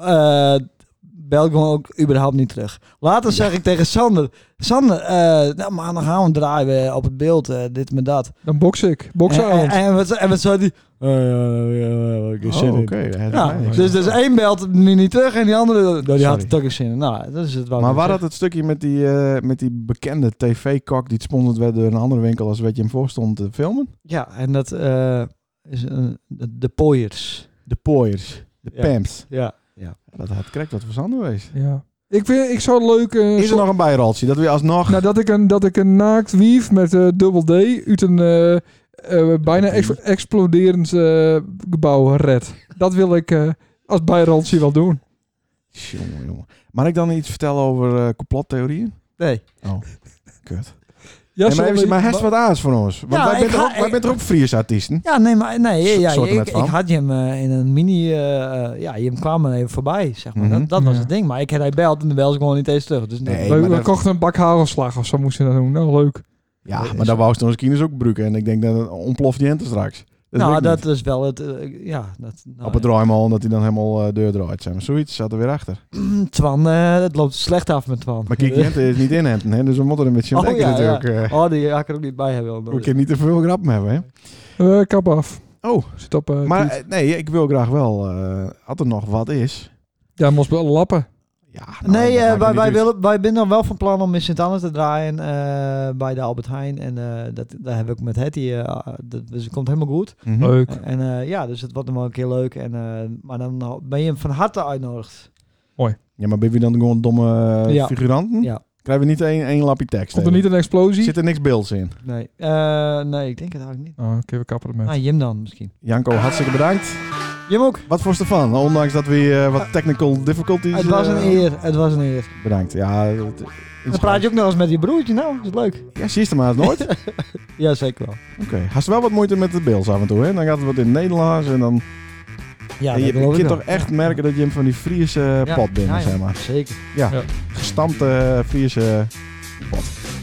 eh bel ik gewoon ook überhaupt niet terug. Later zeg ik tegen Sander, Sander, eh nou maar dan gaan we draaien op het beeld, eh, dit met dat. Dan box ik. En, Boksavond. en, en wat, en wat zei die? Oh, ja, ja, ja, ik heb zin Oh, in. oké. Hij heeft Ja, mij niks. dus, dus één belt nu niet terug en die andere, nou, die had Sorry. het ook eens zin in. Nou, dat is het wel. Maar waar dat het stukje met die, eh, met die bekende tv-kok die gesponsord werd door een andere winkel als wat je hem voorstond te filmen? Ja, en dat eh, is een, de, de Pooiers. De Pooiers. De Ja. Pamps. Ja. ja. Dat had correct wat verstandig geweest. Ja. Ik, vind, ik zou het leuk... eh, Is er zo- nog een bijroltje? Dat we alsnog... Nou, dat ik een, dat ik een naakt wief met eh, dubbel D uit een eh, eh, bijna ex- exploderend eh, gebouw red. Dat wil ik eh, als bijroltje wel doen. Jongen, jongen. Mag ik dan iets vertellen over eh complottheorieën? Nee. Oh, kut. Ja, Nee, maar sorry, even, maar hij is maar- wat aans voor ons. Want Ja, wij, ik bent er ga- ook, wij ik- bent er ook Friese artiesten. Ja, nee, maar nee, ja, soorten ik, met van. ik had je hem eh, in een mini, eh, eh, ja, je kwam er even voorbij, zeg maar. Mhm. Dat, dat was Ja. het ding. Maar ik had hij beld en dan belde ze gewoon niet eens terug. Dus Nee. we, maar we dat- kochten een bak hagelslag of zo moesten we dat doen. Nou, leuk. Ja, is maar daar wou ze onze kines ook gebruiken. En ik denk dat het ontploft die ente straks. Dat nou, weet ik dat niet. is wel het, eh, ja. Dat, nou, Op het draaimol, dat hij dan helemaal eh, deur draait. Zeg maar. Zoiets zat er weer achter. Twan, eh, het loopt slecht af met Twan. Maar kijk, die ente is niet inhenten, hè. Dus we moeten er met je Oh, denken ja, natuurlijk. ja. eh. Oh, die ga ik er ook niet bij hebben. We kunnen niet te veel grappen hebben, hè. Eh, kap af. Oh, Zit op, eh, maar tweet. eh, nee, ik wil graag wel, eh als er nog wat is. Ja, moest wel lappen. Ja, nou, Nee, dat eh, maakt wij, niet wij, uit. willen, wij zijn dan wel van plan om in Sint-Anne te draaien eh, bij de Albert Heijn. En eh, dat, daar heb ik met Hetty, eh, dat, dus het komt helemaal goed. Mhm. Leuk. En eh, ja, dus het wordt nog wel een keer leuk. En, eh, maar dan nou, ben je van harte uitnodigd. Ja, maar ben je dan gewoon domme eh, Ja. figuranten? Ja. Krijgen we niet één, één lapje tekst? Komt er niet een explosie? Zit er niks beelds in? Nee, eh, nee, ik denk het eigenlijk niet. Oh, oké, we kappen ermee. Ah, Jim dan misschien. Janko, hartstikke bedankt. Jim ook. Wat vond je ervan? Ondanks dat we eh, wat technical difficulties... Het was een eh, eer, het was een eer. Bedankt. Ja, het- het Dan is praat je ook nog eens met je broertje, nou, dat is leuk. Ja, zie je het maar eens nooit. Oké. Ja, zeker wel. Had je wel wat moeite met de beelds af en toe, hè? Dan gaat het wat in het Nederlands en dan... Ja, en je dat geloof je ik kunt wel. toch echt Ja. merken dat je hem van die Friese Ja. pot bent, Ja, ja, zeg maar. Zeker. Ja, Ja. gestampte Friese pot.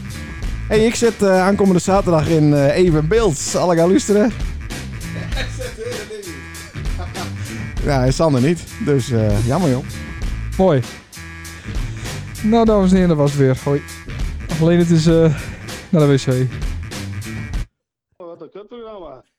Hey, ik zit eh, aankomende zaterdag in eh Even Beeld. Alle gaan luisteren. Ja, hij is Sander niet. Dus eh, jammer joh. Mooi. Nou, dames en heren, dat was het weer. Hoi. Alleen het is eh naar de wc. Wat een kutprogramma.